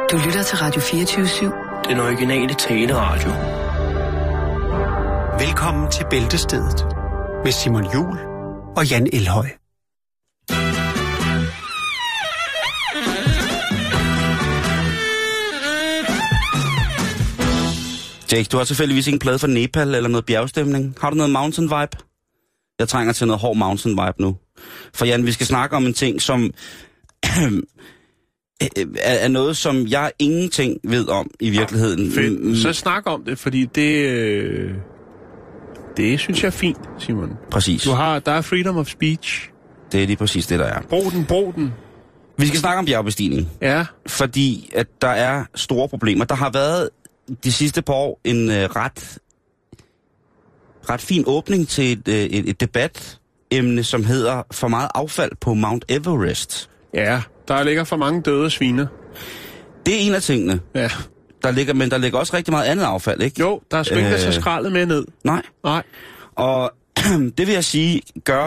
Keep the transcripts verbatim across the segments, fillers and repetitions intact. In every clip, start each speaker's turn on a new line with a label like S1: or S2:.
S1: Du lytter til Radio fireogtyve syv.
S2: Den originale taleradio.
S3: Velkommen til Bæltestedet med Simon Juhl og Jan Elhøj.
S4: Jake, du har selvfølgelig ikke en plade for Nepal eller noget bjergstemning. Har du noget mountain vibe? Jeg trænger til noget hård mountain vibe nu. For Jan, vi skal snakke om en ting, som er noget, som jeg ingenting ved om i virkeligheden.
S5: Fedt. Så snak om det, fordi det, øh, det synes jeg er fint, Simon.
S4: Præcis.
S5: Du har, der er freedom of speech.
S4: Det er lige præcis det, der er.
S5: Brug den, brug den.
S4: Vi skal snakke om bjergbestigning.
S5: Ja.
S4: Fordi at der er store problemer. Der har været de sidste par år en øh, ret, ret fin åbning til et, øh, et, et debatemne, som hedder for meget affald på Mount Everest.
S5: Ja, der ligger for mange døde sviner.
S4: Det er en af tingene.
S5: Ja.
S4: Der ligger, men der ligger også rigtig meget andet affald, ikke?
S5: Jo, der er sgu ikke
S4: øh,
S5: så skraldet med ned.
S4: Nej.
S5: Nej.
S4: Og det vil jeg sige, gør...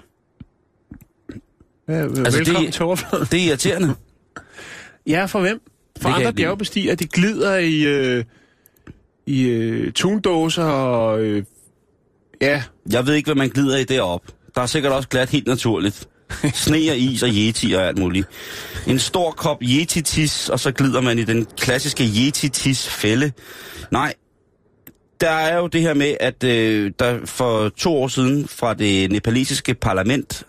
S5: Ja,
S4: altså
S5: velkommen
S4: det,
S5: til overfladen.
S4: Det er irriterende.
S5: Ja, for hvem? For
S4: det
S5: andre bjergbestigere, de glider i, øh, i øh, tundåser og... Øh, ja.
S4: Jeg ved ikke, hvad man glider i deroppe. Der er sikkert også glat helt naturligt. Sne og is og yeti og alt muligt. En stor kop yeti-tis, og så glider man i den klassiske yeti-tis-fælde. Nej, der er jo det her med, at øh, der for to år siden fra det nepalesiske parlament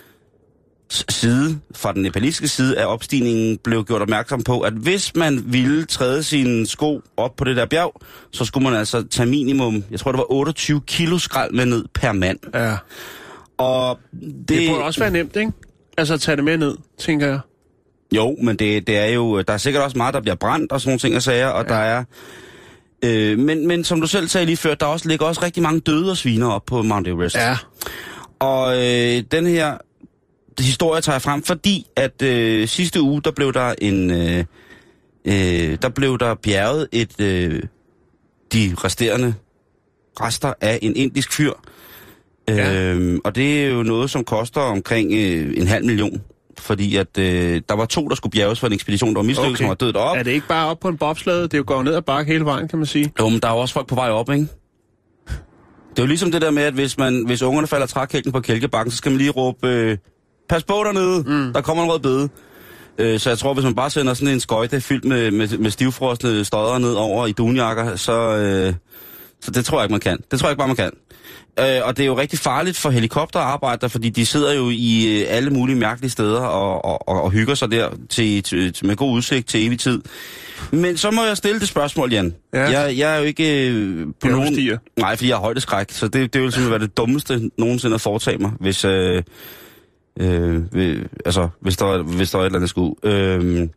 S4: side, fra den nepalesiske side af opstigningen, blev gjort opmærksom på, at hvis man ville træde sine sko op på det der bjerg, så skulle man altså tage minimum, jeg tror det var otteogtyve kilo skrald med ned per mand.
S5: Ja.
S4: Og det...
S5: det burde også være nemt, ikke? Altså at tage det med ned, tænker jeg.
S4: Jo, men det, det er jo... Der er sikkert også meget, der bliver brændt og sådan nogle ting og sager, og ja. der er... Øh, men, men som du selv sagde lige før, der også ligger også rigtig mange døde og sviner op på Mount Everest.
S5: Ja.
S4: Og øh, den her historie tager jeg frem, fordi at øh, sidste uge, der blev der en... Øh, øh, der blev der bjerget et... Øh, de resterende rester af en indisk fyr. Ja. Øhm, og det er jo noget, som koster omkring øh, en halv million. Fordi at øh, der var to, der skulle bjerges for en ekspedition, der var mislykket, okay. som var dødt op.
S5: Er det ikke bare op på en bobslede? Det er jo gået ned ad bakke hele vejen, kan man sige.
S4: Jo, men der er jo også folk på vej op, ikke? Det er jo ligesom det der med, at hvis, man, hvis ungerne falder trækælken på kælkebakken, så skal man lige råbe, øh, pas på dernede, mm. der kommer en rød bede. Øh, så jeg tror, hvis man bare sender sådan en skøjte fyldt med, med, med stivfrosne stodder ned over i dunjakker, så, øh, så det tror jeg ikke, man kan. Det tror jeg ikke bare, man kan. Øh, og det er jo rigtig farligt for helikopterarbejder, fordi de sidder jo i øh, alle mulige mærkelige steder og, og, og, og hygger sig der til, til, til, med god udsigt til evig tid. Men så må jeg stille det spørgsmål, Jan. Ja. Jeg, jeg er jo ikke øh, på nogen... Nej, fordi jeg har højdeskræk, så det, det vil simpelthen være det dummeste nogensinde at foretage mig, hvis, øh, øh, ved, altså, hvis, der, hvis der var et eller andet skud. Øh,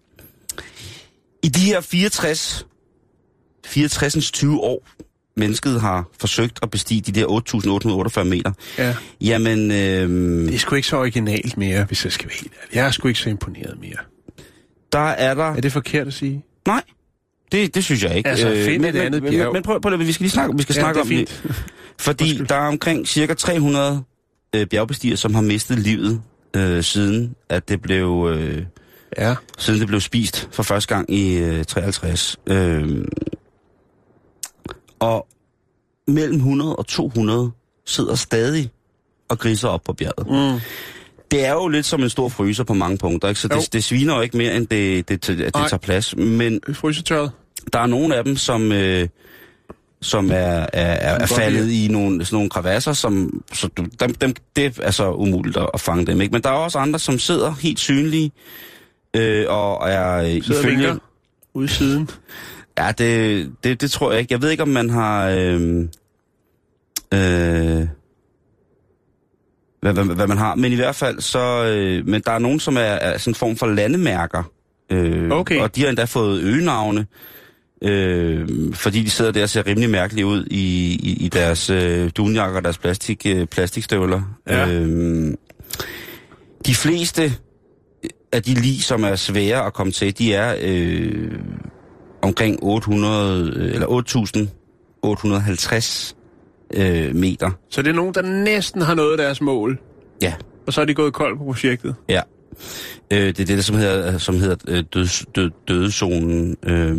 S4: I de her fireogtres, fireogtres tyve år, mennesket har forsøgt at bestige de der otte tusind otte hundrede og otteogfyrre meter. Ja. Jamen... Øh,
S5: det er sgu ikke så originalt mere, hvis jeg skal være helt ærlig. Jeg er sgu ikke så imponeret mere.
S4: Der er der...
S5: Er det forkert at sige?
S4: Nej, det, det synes jeg ikke.
S5: Altså, find et
S4: øh,
S5: andet
S4: men,
S5: bjerg.
S4: Men, men prøv, prøv, vi skal lige snakke, vi skal ja, snakke det om det. Fordi Undskyld. der er omkring cirka tre hundrede øh, bjergbestigere, som har mistet livet, øh, siden at det blev... Øh,
S5: ja.
S4: Siden det blev spist for første gang i øh, treoghalvtreds. Øh, Og mellem hundrede og to hundrede sidder stadig og griser op på bjerget. Mm. Det er jo lidt som en stor fryser på mange punkter, ikke? Så det, det sviner jo ikke mere, end det, det, det, det tager plads. Men
S5: frysetørret.
S4: Der er nogle af dem, som, øh, som er, er, er, er faldet i nogle, sådan nogle kravasser, som så dem, dem, det er så umuligt at, at fange dem, ikke? Men der er også andre, som sidder helt synlige øh, og er øh, ifølge...
S5: ude i siden.
S4: Ja, det, det, det tror jeg ikke. Jeg ved ikke, om man har... Øh, øh, hvad, hvad, hvad man har. Men i hvert fald, så... Øh, men der er nogen, som er, er sådan en form for landemærker. Øh,
S5: okay.
S4: Og de har endda fået øgenavne. Øh, fordi de sidder der og ser rimelig mærkeligt ud i, i, i deres øh, dunjakker og deres plastik, øh, plastikstøvler.
S5: Ja.
S4: Øh, de fleste af de lig, som er svære at komme til, de er... Øh, omkring otte hundrede eller otte tusind otte hundrede og halvtreds øh, meter.
S5: Så det er nogen, der næsten har nået deres mål?
S4: Ja.
S5: Og så er de gået kold på projektet?
S4: Ja. Øh, det er det, som hedder, som hedder øh, døds, død, dødezonen. Øh,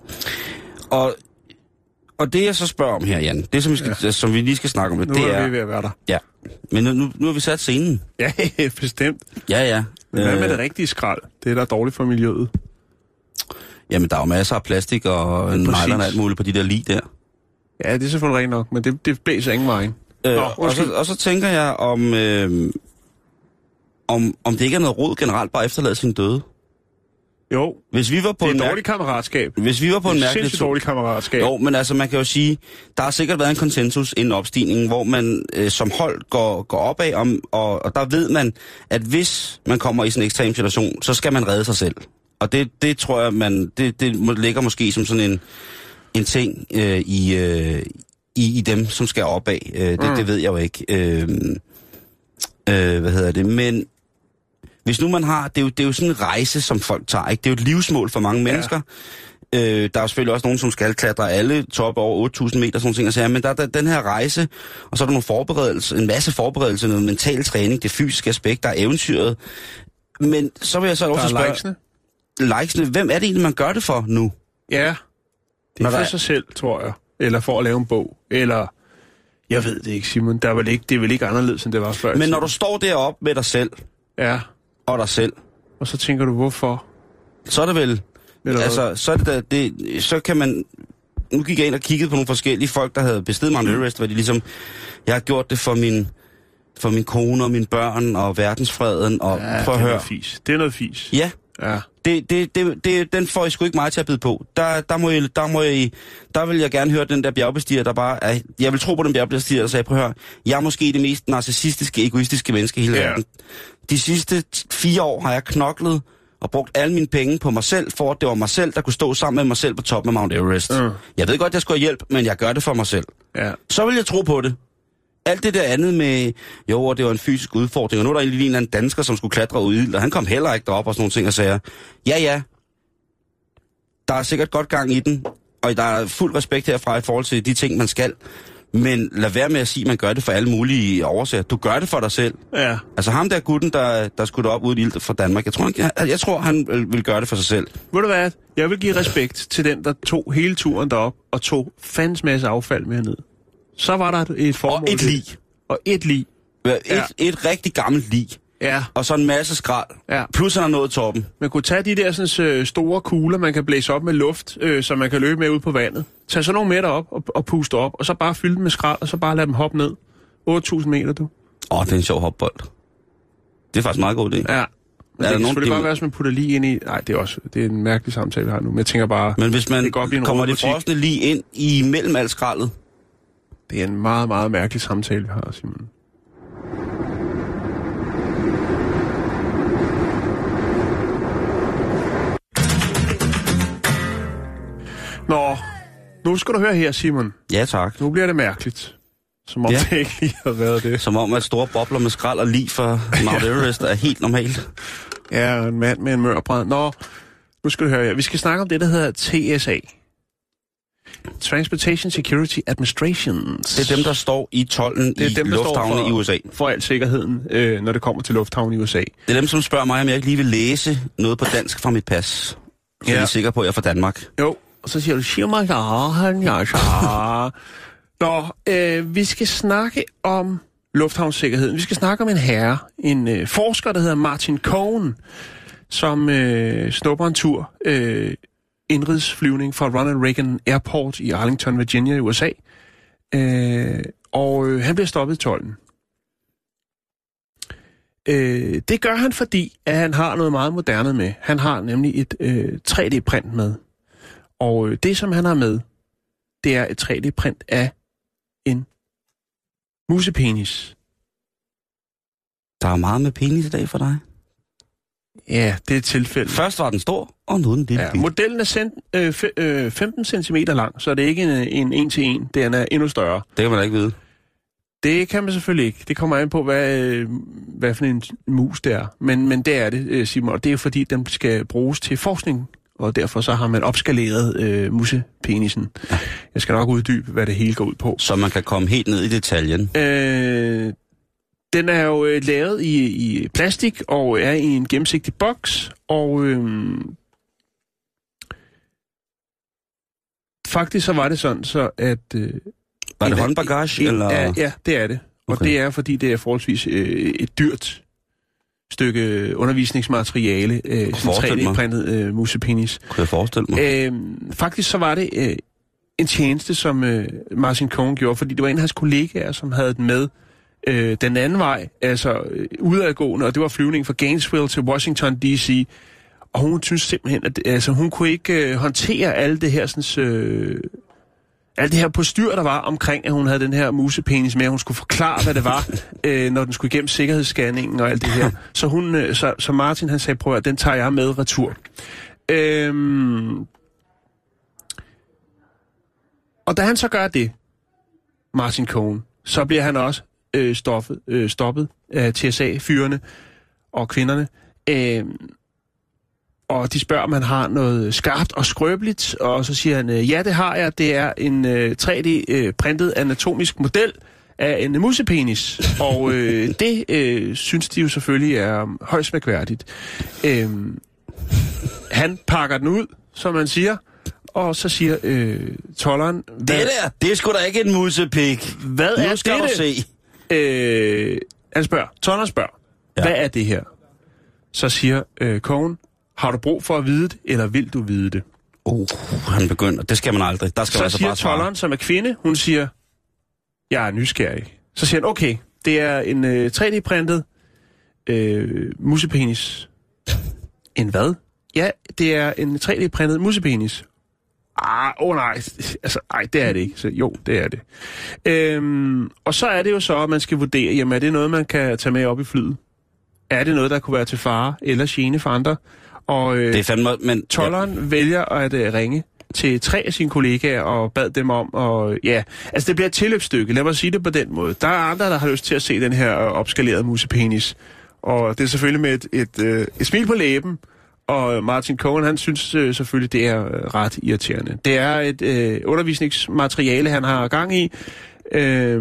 S4: og, og det, jeg så spørger om her, Jan, det, som vi, skal, ja. som vi lige skal snakke om, det,
S5: nu
S4: det
S5: er... Nu
S4: er
S5: er vi ved at være der.
S4: Ja, men nu, nu, nu har vi sat scenen.
S5: Ja, bestemt.
S4: Ja, ja.
S5: Men hvad med
S4: øh,
S5: det rigtige skrald? Det er da dårligt for miljøet.
S4: Jamen, der er jo masser af plastik og nylon og alt muligt på de der lig der.
S5: Ja, det er selvfølgelig rent nok, men det, det blæser ingen vejen.
S4: Øh,
S5: Nå,
S4: og, så, og så tænker jeg, om, øh, om, om det ikke er noget rod generelt bare efterlade sin døde.
S5: Jo,
S4: Hvis vi var på
S5: det er
S4: en
S5: et dårligt kammeratskab.
S4: Hvis vi var på
S5: Det
S4: en
S5: er
S4: mærkelig
S5: sindssygt
S4: tur...
S5: dårligt kammeratskab.
S4: Jo, men altså, man kan jo sige, der har sikkert været en konsensus inden opstigningen, hvor man øh, som hold går, går opad, om, og, og der ved man, at hvis man kommer i sådan en ekstrem situation, så skal man redde sig selv. Og det, det tror jeg, man det, det ligger måske som sådan en, en ting øh, i, øh, i, i dem, som skal opad. Øh, det, mm. det ved jeg jo ikke. Øh, øh, hvad hedder det? Men hvis nu man har... Det er, jo, det er jo sådan en rejse, som folk tager, ikke? Det er jo et livsmål for mange mennesker. Ja. Øh, der er jo selvfølgelig også nogen, som skal klatre alle top over otte tusind meter, sådan nogle ting. Men der er den her rejse, og så er der nogle forberedelser, en masse forberedelser, noget mental træning, det fysiske aspekt, der er eventyret. Men så vil jeg så også spørge...
S5: Likesene.
S4: Likesene. Hvem er det egentlig, man gør det for nu?
S5: Ja, det er
S4: Når
S5: for
S4: der...
S5: sig selv, tror jeg. Eller for at lave en bog. Eller... Jeg ved det ikke, Simon. Der er vel ikke, det er vel ikke anderledes, end det var før.
S4: Men når du står deroppe med dig selv,
S5: ja.
S4: og dig selv,
S5: Og så tænker du, hvorfor?
S4: så er det vel...
S5: Eller
S4: altså, så, er det, da, det, så kan man... Nu gik jeg ind og kiggede på nogle forskellige folk, der havde bestedet Mount Everest, hvor de ligesom... Jeg har gjort det for min, for min kone og mine børn og verdensfreden, og
S5: ja,
S4: prøv at
S5: det er
S4: høre.
S5: noget fis. Det er noget fis.
S4: Ja,
S5: Ja.
S4: det, det, det, det, den får I sgu ikke meget til at bide på. Der, der, må I, der, må I, der vil jeg gerne høre den der bjergbestiger, der bare er... Jeg vil tro på den bjergbestiger, der sagde, prøv at høre, jeg er måske det mest narcissistiske, egoistiske menneske i hele
S5: Ja.
S4: verden. De sidste fire år har jeg knoklet og brugt alle mine penge på mig selv, for at det var mig selv, der kunne stå sammen med mig selv på toppen af Mount Everest.
S5: Mm.
S4: Jeg ved godt, jeg skulle have hjælp, men jeg gør det for mig selv.
S5: Ja.
S4: Så vil jeg tro på det. Alt det der andet med, jo, og det var en fysisk udfordring, og nu er der egentlig en eller anden dansker, som skulle klatre ud i ild, og han kom heller ikke derop og sådan nogle ting og sagde, ja, ja, der er sikkert godt gang i den, og der er fuld respekt herfra i forhold til de ting, man skal, men lad være med at sige, at man gør det for alle mulige årsager. Du gør det for dig selv.
S5: Ja.
S4: Altså ham der gutten, der, der skulle op uden ild fra Danmark, jeg tror, jeg, jeg tror, han vil gøre det for sig selv.
S5: Ved du hvad? Jeg vil give respekt til den, der tog hele turen derop og tog fandens masse affald med ned. Så var der et formål.
S4: Og et lig.
S5: Og et lig.
S4: Et,
S5: Ja.
S4: et rigtig gammelt lig.
S5: Ja.
S4: Og så en masse skrald.
S5: Ja.
S4: Plus han har nået toppen.
S5: Man kunne tage de der sådan, øh, store kugler, man kan blæse op med luft, øh, så man kan løbe med ud på vandet. Tag så nogle meter op og, og puste op, og så bare fylde dem med skrald, og så bare lade dem hoppe ned. otte tusind meter, du.
S4: Åh, oh, det er en sjov hopbold. Det er faktisk en meget god idé.
S5: Ja. Men
S4: Er
S5: det
S4: der
S5: kan
S4: nogen,
S5: selvfølgelig
S4: de-
S5: godt være, hvis man putter lige ind i... Nej, det er også det er en mærkelig samtale, vi har nu. Men jeg tænker bare,
S4: Men hvis man
S5: det kan godt blive en
S4: kommer det
S5: rodebutik.
S4: frosne lige ind i mellem alt skraldet,
S5: Det er en meget, meget mærkelig samtale, vi har, Simon. Nå, nu skal du høre her, Simon.
S4: ja tak.
S5: Nu bliver det mærkeligt. Som om
S4: Ja.
S5: det ikke lige har været det.
S4: Som om, at store bobler med skrald og lig for Mount Everest er helt normalt.
S5: Ja, en mand med en mørbrand. Nå, nu skal du høre her. Vi skal snakke om det, der hedder T S A. Transportation Security Administrations.
S4: Det er dem, der står i tolden
S5: Det er
S4: i
S5: dem, der står
S4: lufthavne
S5: for-
S4: i U S A.
S5: for al sikkerheden, øh, når det kommer til lufthavnen i U S A.
S4: Det er dem, som spørger mig, om jeg ikke lige vil læse noget på dansk fra mit pas. Så ja.
S5: Ja.
S4: jeg er sikker på, at jeg er fra Danmark.
S5: Jo, og så siger du, siger mig, ja, han, ja, ja. Nå, øh, vi skal snakke om lufthavnssikkerheden. Vi skal snakke om en herre, en øh, forsker, der hedder Martin Cohen, som øh, snupper en tur øh, indrigsflyvning fra Ronald Reagan Airport i Arlington, Virginia i U S A. Øh, og øh, han bliver stoppet i tolden. Øh, det gør han, fordi at han har noget meget moderne med. Han har nemlig et øh, tre D-print med. Og øh, det, som han har med, det er et tre D-print af en musepenis.
S4: Der er meget med penis i dag for dig.
S5: Ja, det er et tilfælde.
S4: Først var den stor, og nu er den lille.
S5: Ja, modellen er cent, øh, f- øh, femten centimeter lang, så det er ikke en, en en-til-en. Den er endnu større.
S4: Det kan man da ikke vide.
S5: Det kan man selvfølgelig ikke. Det kommer an på, hvad, øh, hvad for en mus det er. Men, men det er det, øh, Simon. Og det er fordi, den skal bruges til forskning. Og derfor så har man opskaleret øh, musepenisen. Ja. Jeg skal nok uddybe, hvad det hele går ud på.
S4: Så man kan komme helt ned i detaljen.
S5: Øh, Den er jo øh, lavet i, i plastik og er i en gennemsigtig boks, og øh, faktisk så var det sådan, så at... Øh,
S4: var det håndbagage,
S5: en,
S4: eller...?
S5: Ja, ja, det er det. Og
S4: okay.
S5: det er, fordi det er forholdsvis øh, et dyrt stykke undervisningsmateriale, øh, sådan tre D-printet øh, musepenis.
S4: Kunne jeg forestille mig?
S5: Øh, faktisk så var det øh, en tjeneste, som øh, Martin Cohen gjorde, fordi det var en af hans kollegaer, som havde den med øh, den anden vej, altså øh, udadgående, og det var flyvning fra Gainesville til Washington D C. Og hun synes simpelthen, at altså, hun kunne ikke øh, håndtere alle det her sådan, øh, alt det her postyr, der var omkring, at hun havde den her musepenis med, at hun skulle forklare, hvad det var, øh, når den skulle igennem sikkerhedsscanningen og alt det her. Så, hun, øh, så, så Martin, han sagde, prøv at den tager jeg med retur. Øhm, og da han så gør det, Martin Cohen, så bliver han også øh, stoffet, øh, stoppet af T S A-fyrene og kvinderne. Øhm, Og de spørger, om han har noget skarpt og skrøbeligt, og så siger han, ja, det har jeg. Det er en øh, tre D-printet øh, anatomisk model af en musepenis. Og øh, det øh, synes de jo selvfølgelig er højst mærkværdigt. Øh, han pakker den ud, som man siger, og så siger øh, tolderen...
S4: Det der, det er sgu da ikke en musepik.
S5: Hvad
S4: nu
S5: er
S4: skal
S5: det?
S4: Du se.
S5: Øh, han spørger, tolderen spørger, ja. Hvad er det her? Så siger øh, Cohen, har du brug for at vide det, eller vil du vide det?
S4: Uh, han begynder. Det skal man aldrig. Der skal
S5: så
S4: man altså
S5: siger
S4: bare svare.
S5: tolderen, som er kvinde, hun siger, jeg er nysgerrig. Så siger han, okay, det er en øh, tre D-printet øh, musepenis. En hvad? Ja, det er en tre D-printet musepenis. Ah, åh oh nej, altså, ej, det er det ikke. Så, jo, det er det. Øhm, og så er det jo så, at man skal vurdere, jamen er det noget, man kan tage med op i flyet? Er det noget, der kunne være til fare eller gene for andre? Og øh,
S4: det er fandme, men
S5: tolderen ja. vælger at øh, ringe til tre af sine kollegaer og bad dem om, og ja, altså det bliver et tilløbsstykke, lad mig sige det på den måde. Der er andre, der har lyst til at se den her opskalerede musepenis, og det er selvfølgelig med et, et, øh, et smil på læben, og Martin Cohen, han synes øh, selvfølgelig, det er øh, ret irriterende. Det er et øh, undervisningsmateriale, han har gang i, øh,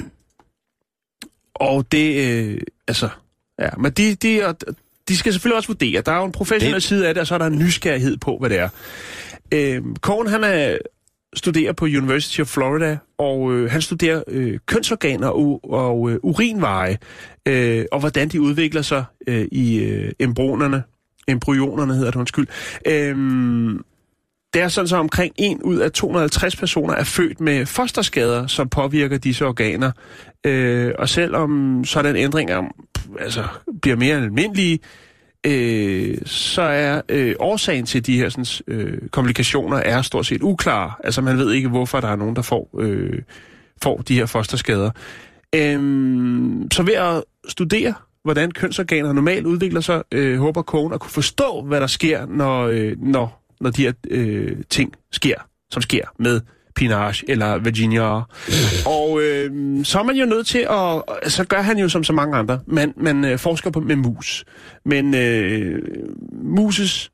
S5: og det, øh, altså... Ja, men de, de, de skal selvfølgelig også vurdere. Der er jo en professionel det... side af det, og så er der en nysgerrighed på, hvad det er. Øhm, Cohen, han er, studerer på University of Florida, og øh, han studerer øh, kønsorganer og, og øh, urinveje, øh, og hvordan de udvikler sig øh, i øh, embryonerne. Embryonerne hedder det, undskyld. Øhm, det er sådan så omkring en ud af to hundrede og halvtreds personer er født med fosterskader, som påvirker disse organer. Øh, og selvom sådan ændringer altså, bliver mere almindelige, øh, så er øh, årsagen til de her sådan, øh, komplikationer er stort set uklare. Altså man ved ikke, hvorfor der er nogen, der får, øh, får de her fosterskader. Øh, så ved at studere, hvordan kønsorganer normalt udvikler sig, øh, håber Cohen at kunne forstå, hvad der sker, når, øh, når, når de her øh, ting sker, som sker med pinage eller Virginia. Og øh, så er man jo nødt til at... Så gør han jo som så mange andre. Man, man øh, forsker på med mus. Men øh, muses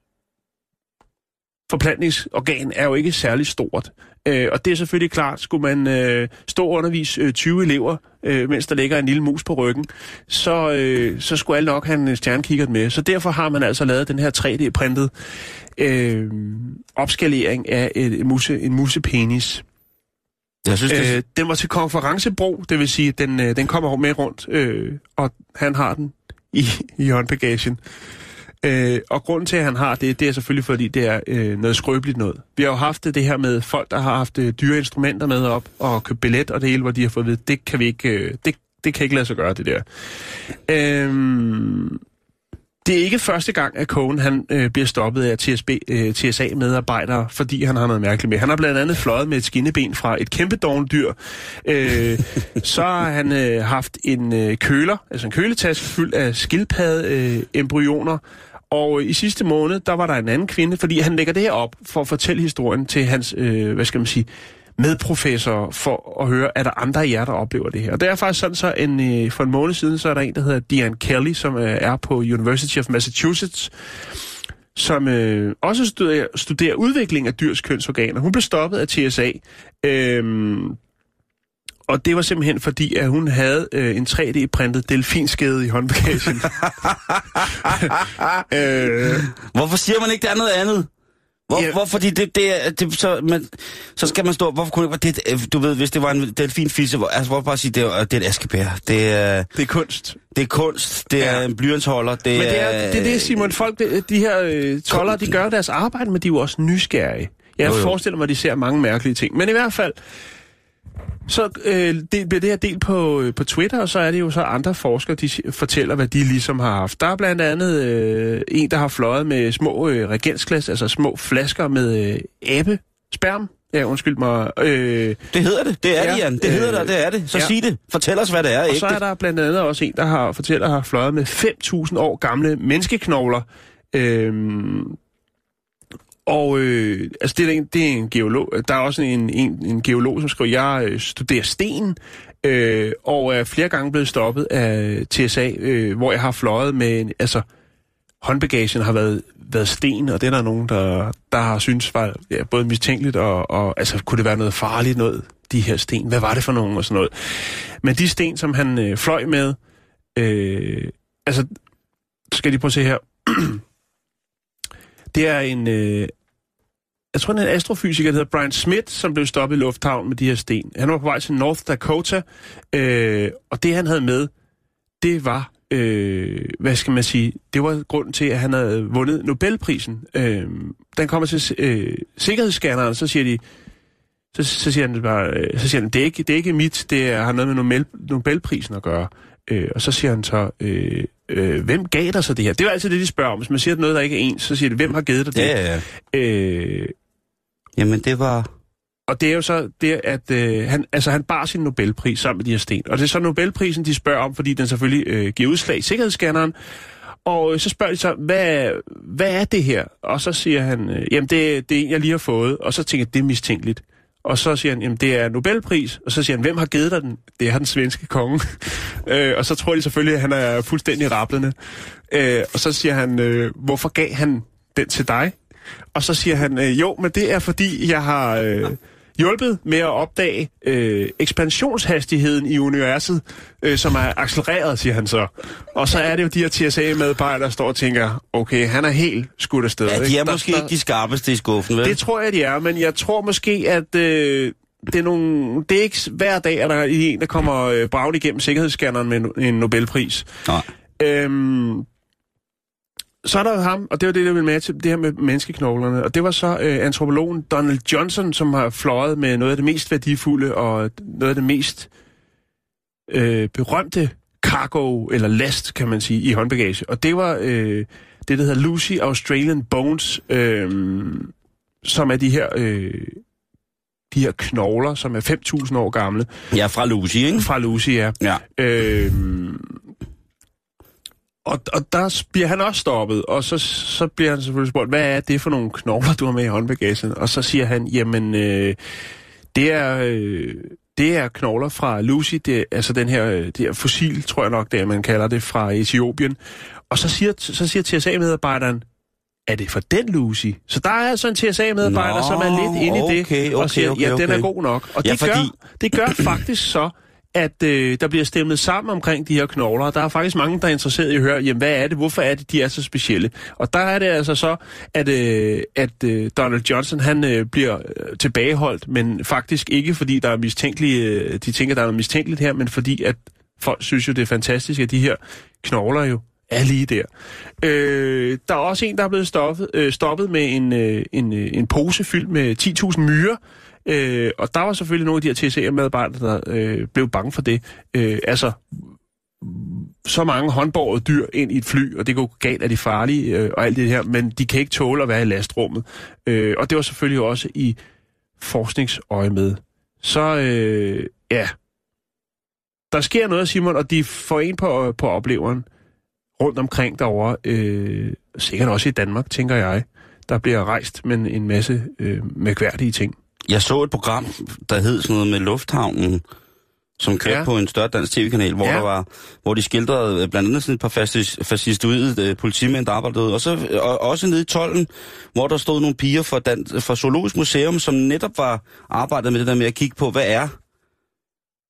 S5: forplantningsorgan er jo ikke særlig stort. Øh, og det er selvfølgelig klart, skulle man øh, stå og undervise øh, tyve elever, øh, mens der ligger en lille mus på ryggen, så, øh, så skulle alle nok have en stjernekikkert med. Så derfor har man altså lavet den her tre D-printet øh, opskalering af et muse, en musepenis.
S4: Jeg synes, det...
S5: øh, den var til konferencebrug, det vil sige, den, øh, den kommer med rundt, øh, og han har den i, i håndbagagen. Øh, og grunden til, at han har det, det er selvfølgelig, fordi det er øh, noget skrøbeligt noget. Vi har jo haft det, det her med folk, der har haft øh, dyre instrumenter med op og købt billet og det hele, hvor de har fået ved, det kan vi ikke, øh, det, det kan ikke lade sig gøre, det der. Øh, det er ikke første gang, at Cohen han, øh, bliver stoppet af T S B, øh, T S A-medarbejdere, fordi han har noget mærkeligt med. Han har blandt andet fløjet med et skinneben fra et kæmpe dovendyr. Øh, så har han øh, haft en øh, køler, altså en køletaske fyldt af skildpadde-embryoner. Øh, og i sidste måned, der var der en anden kvinde, fordi han lægger det her op for at fortælle historien til hans, øh, hvad skal man sige, medprofessor, for at høre, er der andre af jer, der oplever det her. Og det er faktisk sådan, så en, øh, for en måned siden, så er der en, der hedder Diane Kelly, som øh, er på University of Massachusetts, som øh, også studerer, studerer udvikling af dyrs kønsorganer. Hun blev stoppet af T S A, øh, og det var simpelthen fordi, at hun havde øh, en tre D-printet delfinskede i håndbagagen. øh,
S4: Hvorfor siger man ikke, der er noget andet? Hvor,
S5: ja.
S4: hvor, fordi det, det er, det, så, man, så skal man stå, hvorfor kunne det, det, du ved, hvis det var en delfinfisse, hvor, altså, hvor bare sige, det er, det er et askebær, det er...
S5: Det er kunst.
S4: Det er kunst, det er ja. en blyantsholder, det
S5: Men det
S4: er...
S5: er det, er det Simon, folk, de, de her øh, toller, de gør deres arbejde, men de er jo også nysgerrige. Jeg jo, jo. forestiller mig, at de ser mange mærkelige ting. Men i hvert fald, så øh, det, bliver det her delt på, øh, på Twitter, og så er det jo så andre forskere, de fortæller, hvad de ligesom har haft. Der er blandt andet øh, en, der har fløjet med små øh, reagensglas, altså små flasker med øh, æbesperm. Ja, undskyld mig. Øh,
S4: det hedder det, det er ja, det, Jan. Det øh, hedder det, det er det. Så ja. sig det. Fortæl os, hvad det er.
S5: Og
S4: ægte.
S5: Så er der blandt andet også en, der har fortæller, har fløjet med fem tusind år gamle menneskeknogler. Øh, Og øh, altså det, er en, det er en geolog. Der er også en, en, en geolog, som skriver, jeg øh, studerer sten, øh, og er flere gange blevet stoppet af T S A, øh, hvor jeg har fløjet med, en, altså håndbagagen har været, været sten, og det er der nogen, der, der har syntes var ja, både mistænkeligt, og, og altså kunne det være noget farligt noget, de her sten. Hvad var det for nogen og sådan noget? Men de sten, som han øh, fløj med, øh, altså skal de prøve at se her. Det er en, øh, jeg tror, det er en astrofysiker, der hedder Brian Smith, som blev stoppet i lufthavnen med de her sten. Han var på vej til North Dakota, øh, og det, han havde med, det var, øh, hvad skal man sige, det var grunden til, at han havde vundet Nobelprisen. Øh, den kommer til øh, sikkerhedsscanneren, så siger de, så, så siger han bare, øh, så siger han, det er ikke, det er ikke mit, det er, har noget med Nobel, Nobelprisen at gøre. Øh, og så siger han så, øh, øh, hvem gav dig så det her? Det er jo altid det, de spørger om. Hvis man siger noget, der ikke er ens, så siger de, hvem har givet dig det?
S4: Ja, ja, ja.
S5: Øh,
S4: Jamen, det var...
S5: Og det er jo så det, at øh, han, altså, han bar sin Nobelpris sammen med de her sten. Og det er så Nobelprisen, de spørger om, fordi den selvfølgelig øh, giver udslag i sikkerhedsscanneren. Og øh, så spørger de så, hvad, hvad er det her? Og så siger han, øh, jamen det, det er en, jeg lige har fået. Og så tænker jeg, det er mistænkeligt. Og så siger han, jamen det er Nobelpris. Og så siger han, hvem har givet dig den? Det er den svenske konge. øh, og så tror de selvfølgelig, at han er fuldstændig rablende. Øh, og så siger han, øh, hvorfor gav han den til dig? Og så siger han, øh, jo, men det er fordi, jeg har øh, hjulpet med at opdage øh, ekspansionshastigheden i universet, øh, som er accelereret, siger han så. Og så er det jo de her T S A-medarbejdere, der står og tænker, okay, han er helt skudt afsted.
S4: Ja, de er
S5: der,
S4: måske
S5: der,
S4: ikke de skarpeste i skuffen, vel?
S5: Det tror jeg, de er, men jeg tror måske, at øh, det, er nogle, det er ikke hver dag, at der er en, der kommer øh, bragt igennem sikkerhedsscanneren med en Nobelpris.
S4: Nej.
S5: Øhm, Så er der jo ham, og det var det, der ville med til det her med menneskeknoglerne, og det var så øh, antropologen Donald Johnson, som har fløjet med noget af det mest værdifulde og noget af det mest øh, berømte cargo, eller last, kan man sige, i håndbagage. Og det var øh, det, der hedder Lucy Australian Bones, øh, som er de her, øh, de her knogler, som er fem tusind år gamle.
S4: Ja, fra Lucy, ikke?
S5: Fra Lucy, ja.
S4: Ja.
S5: Øh, Og, og der bliver han også stoppet, og så, så bliver han selvfølgelig spurgt, hvad er det for nogle knogler, du har med i håndbagagen? Og så siger han, jamen, øh, det, er, øh, det er knogler fra Lucy, det er, altså den her, det her fossil, tror jeg nok, det er, man kalder det, fra Etiopien. Og så siger, så siger T S A-medarbejderen, er det for den Lucy? Så der er altså en T S A-medarbejder, Nå, som er lidt inde okay, i det,
S4: okay,
S5: og siger,
S4: okay,
S5: ja,
S4: okay.
S5: den er god nok. Og
S4: ja,
S5: det,
S4: fordi...
S5: gør, det gør faktisk så, at øh, der bliver stemmet sammen omkring de her knogler. Der er faktisk mange, der er interesseret i at høre, jamen, hvad er det? Hvorfor er det, de er så specielle? Og der er det altså så, at, øh, at øh, Donald Johnson, han øh, bliver øh, tilbageholdt, men faktisk ikke, fordi der er mistænkelige, øh, de tænker, der er noget mistænkeligt her, men fordi, at folk synes jo, det er fantastisk, at de her knogler jo er lige der. Øh, der er også en, der er blevet stoppet, øh, stoppet med en, øh, en, øh, en pose fyldt med ti tusind myrer. Øh, og der var selvfølgelig nogle af de her T S A-medarbejdere, der øh, blev bange for det. Øh, altså, så mange håndbårede dyr ind i et fly, og det går galt af de farlige øh, og alt det her, men de kan ikke tåle at være i lastrummet. Øh, og det var selvfølgelig også i forskningsøje med. Så, øh, ja, der sker noget, Simon, og de får en på, på opleveren rundt omkring derovre. Øh, sikkert også i Danmark, tænker jeg. Der bliver rejst med en masse øh, mærkværdige ting.
S4: Jeg så et program, der hed sådan noget med lufthavnen, som kørte ja. på en større dansk tv-kanal, hvor, ja. der var, hvor de skildrede blandt andet sådan et par fascistoide politimænd, der arbejdede, og så og også nede i tolden, hvor der stod nogle piger fra, Dan, fra Zoologisk Museum, som netop var arbejdet med det der med at kigge på, hvad er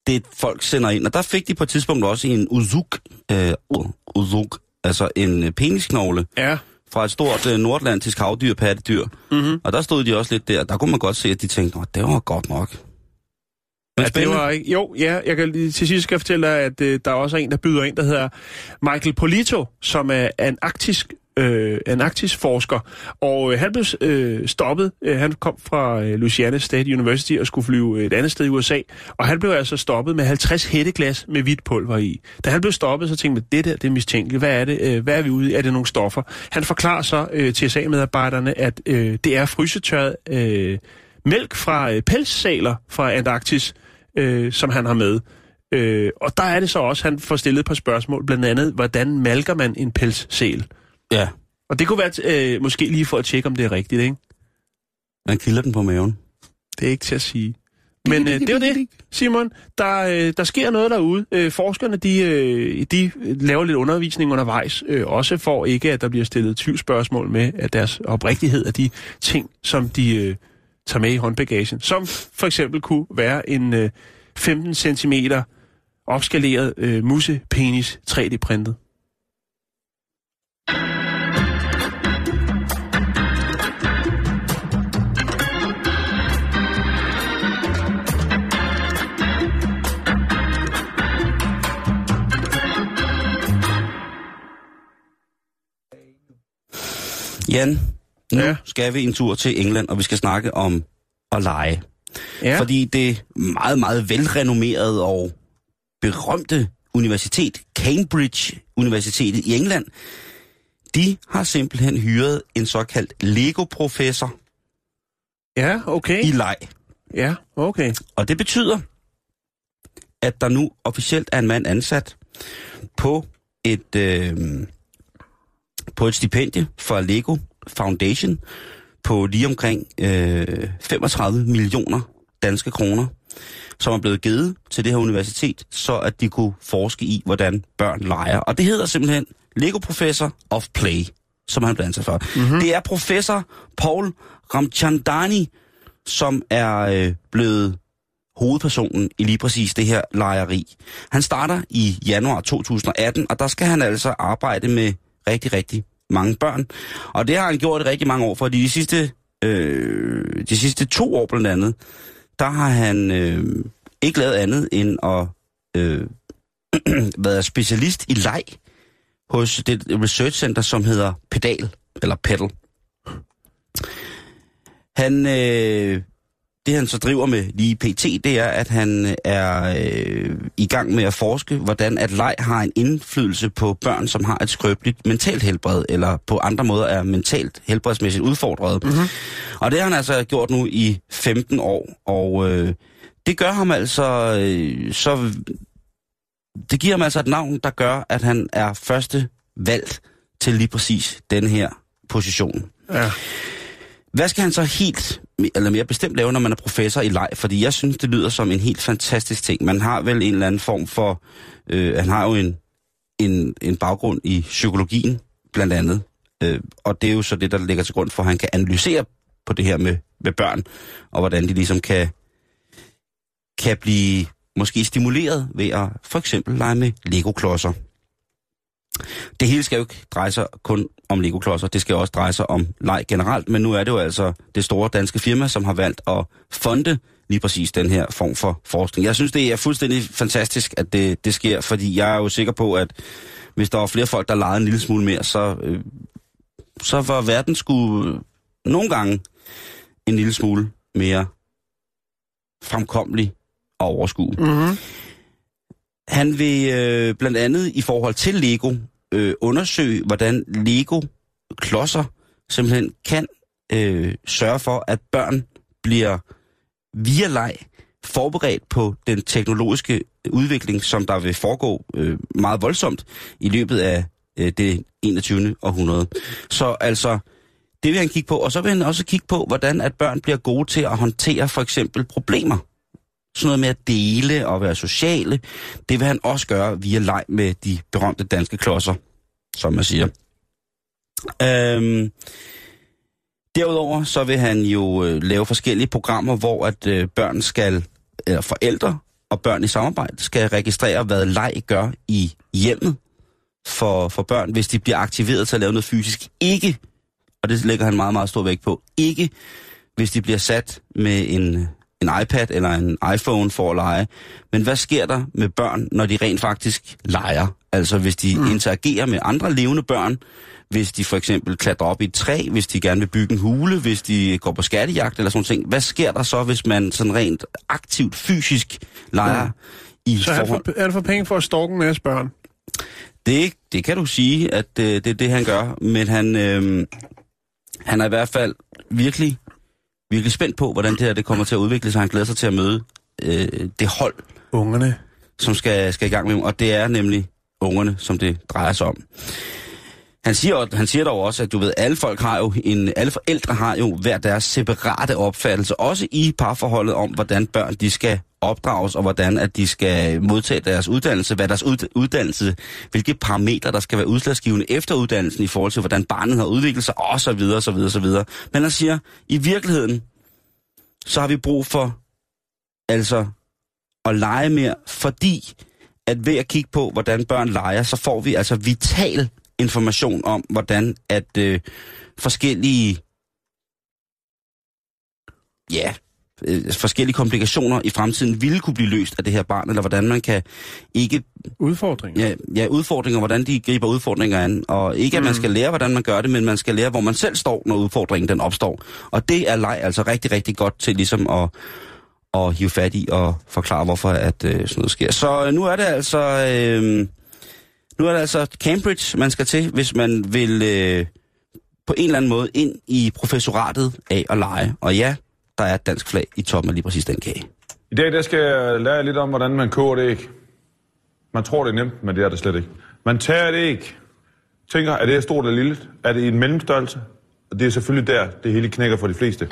S4: det folk sender ind. Og der fik de på et tidspunkt også en uzuk, øh, uzuk altså en penisknogle. Ja. Fra et stort øh, nordatlantisk havdyr, pattedyr. Mm-hmm. Og der stod de også lidt der. Der kunne man godt se, at de tænkte, det var godt nok.
S5: Ja, det var ikke... Jo, ja, jeg kan til sidst skal fortælle dig, at øh, der er også en, der byder ind, der hedder Michael Polito, som er en arktisk øh, en arktisk forsker, og øh, han blev øh, stoppet. Øh, han kom fra øh, Louisiana State University og skulle flyve et andet sted i U S A, og han blev altså stoppet med halvtreds hætteglas med hvidt pulver i. Da han blev stoppet, så tænkte man, det der, det er mistænkeligt. Hvad er det? Øh, hvad er vi ude i? Er det nogle stoffer? Han forklarer så øh, til T S A-medarbejderne, at øh, det er frysetørret øh, mælk fra øh, pelssæler fra Antarktis, øh, som han har med. Øh, og der er det så også, han får stillet et par spørgsmål, blandt andet, hvordan malker man en pelssæl?
S4: Ja.
S5: Og det kunne være øh, måske lige for at tjekke, om det er rigtigt, ikke?
S4: Man kilder den på maven.
S5: Det er ikke til at sige. Men øh, det var det, Simon. Der, øh, der sker noget derude. Øh, forskerne, de, øh, de laver lidt undervisning undervejs, øh, også for ikke, at der bliver stillet tvivlsspørgsmål med at deres oprigtighed af de ting, som de øh, tager med i håndbagagen. Som for eksempel kunne være en øh, femten centimeter opskaleret øh, musepenis tre D-printet.
S4: Jan, nu
S5: ja.
S4: skal vi en tur til England, og vi skal snakke om at lege. Ja. Fordi det meget, meget velrenommerede og berømte universitet, Cambridge Universitetet i England, de har simpelthen hyret en såkaldt Lego-professor.
S5: Ja, okay.
S4: I leg.
S5: Ja, okay.
S4: Og det betyder, at der nu officielt er en mand ansat på et... Øh, på et stipendie for Lego Foundation på lige omkring øh, femogtredive millioner danske kroner, som er blevet givet til det her universitet, så at de kunne forske i, hvordan børn leger. Og det hedder simpelthen Lego Professor of Play, som han bliver ansat for. Mm-hmm. Det er professor Paul Ramchandani, som er øh, blevet hovedpersonen i lige præcis det her legeri. Han starter i januar to tusind og atten, og der skal han altså arbejde med rigtig, rigtig mange børn. Og det har han gjort i rigtig mange år, for de sidste, øh, de sidste to år blandt andet, der har han øh, ikke lavet andet end at øh, være specialist i leg hos det research center, som hedder Pedal, eller Pedal. Han, øh, det han så driver med lige pt, det er, at han er øh, i gang med at forske, hvordan at leg har en indflydelse på børn, som har et skrøbeligt mentalt helbred, eller på andre måder er mentalt helbredsmæssigt udfordret. Mm-hmm. Og det har han altså gjort nu i femten år, og øh, det gør ham altså, øh, så det giver ham altså et navn, der gør, at han er første valgt til lige præcis den her position. Ja. Hvad skal han så helt, eller mere bestemt lave, når man er professor i leg? Fordi jeg synes, det lyder som en helt fantastisk ting. Man har vel en eller anden form for... Øh, han har jo en, en, en baggrund i psykologien, blandt andet. Øh, og det er jo så det, der ligger til grund for, at han kan analysere på det her med, med børn, og hvordan de ligesom kan, kan blive måske stimuleret ved at for eksempel lege med Lego-klodser. Det hele skal jo ikke dreje sig kun om Lego-klodser, det skal også dreje sig om leg generelt, men nu er det jo altså det store danske firma, som har valgt at fonde lige præcis den her form for forskning. Jeg synes, det er fuldstændig fantastisk, at det, det sker, fordi jeg er jo sikker på, at hvis der var flere folk, der legede en lille smule mere, så, øh, så var verden sgu nogle gange en lille smule mere fremkommelig og overskuelig. Mm-hmm. Han vil øh, blandt andet i forhold til Lego øh, undersøge, hvordan Lego-klodser simpelthen kan øh, sørge for, at børn bliver via leg forberedt på den teknologiske udvikling, som der vil foregå øh, meget voldsomt i løbet af øh, det enogtyvende århundrede. Så altså, det vil han kigge på, og så vil han også kigge på, hvordan at børn bliver gode til at håndtere for eksempel problemer. Sådan noget med at dele og være sociale, det vil han også gøre via leg med de berømte danske klodser, som man siger. Øhm, derudover så vil han jo øh, lave forskellige programmer, hvor at øh, børn skal, eller forældre og børn i samarbejde skal registrere, hvad leg gør i hjemmet for, for børn, hvis de bliver aktiveret til at lave noget fysisk. Ikke, og det lægger han meget, meget stor vægt på, ikke hvis de bliver sat med en, en iPad eller en iPhone for at lege. Men hvad sker der med børn, når de rent faktisk leger? Altså hvis de mm. interagerer med andre levende børn, hvis de for eksempel klatrer op i et træ, hvis de gerne vil bygge en hule, hvis de går på skattejagt eller sådan ting. Hvad sker der så, hvis man sådan rent aktivt, fysisk leger ja. i
S5: Så
S4: forhold...
S5: Så er det for penge for at stalke en masse børn?
S4: Det, det kan du sige, at øh, det er det, han gør. Men han, øh, han er i hvert fald virkelig, virkelig spændt på, hvordan det her det kommer til at udvikle sig. Han glæder sig til at møde øh, det hold,
S5: ungerne,
S4: som skal, skal i gang med dem. Og det er nemlig ungerne, som det drejer sig om. Han siger, han siger dog også, at du ved, alle folk har jo en, alle forældre har jo hver deres separate opfattelse, også i parforholdet om, hvordan børn de skal opdrages, og hvordan at de skal modtage deres uddannelse, hvad deres uddannelse, hvilke parametre, der skal være udslagsgivende efter uddannelsen i forhold til, hvordan barnet har udviklet sig, og så videre, så videre, så videre. Men han siger, i virkeligheden, så har vi brug for, altså, at lege mere, fordi at ved at kigge på, hvordan børn leger, så får vi altså vital information om, hvordan at øh, forskellige ja, øh, forskellige komplikationer i fremtiden ville kunne blive løst af det her barn, eller hvordan man kan ikke...
S5: Udfordringer.
S4: Ja, ja udfordringer, hvordan de griber udfordringer an. Og ikke, at man skal lære, hvordan man gør det, men man skal lære, hvor man selv står, når udfordringen den opstår. Og det er leg altså rigtig, rigtig godt til ligesom at, at hive fat i og forklare, hvorfor at øh, sådan noget sker. Så øh, nu er det altså... Øh, Nu er det altså Cambridge, man skal til, hvis man vil øh, på en eller anden måde ind i professoratet af at lege. Og ja, der er et dansk flag i toppen af lige præcis den kage.
S6: I dag der skal jeg lære lidt om, hvordan man koger det æg. Man tror, det er nemt, men det er det slet ikke. Man tager et æg, tænker, er det stort eller lille? Er det i en mellemstørrelse? Og det er selvfølgelig der, det hele knækker for de fleste.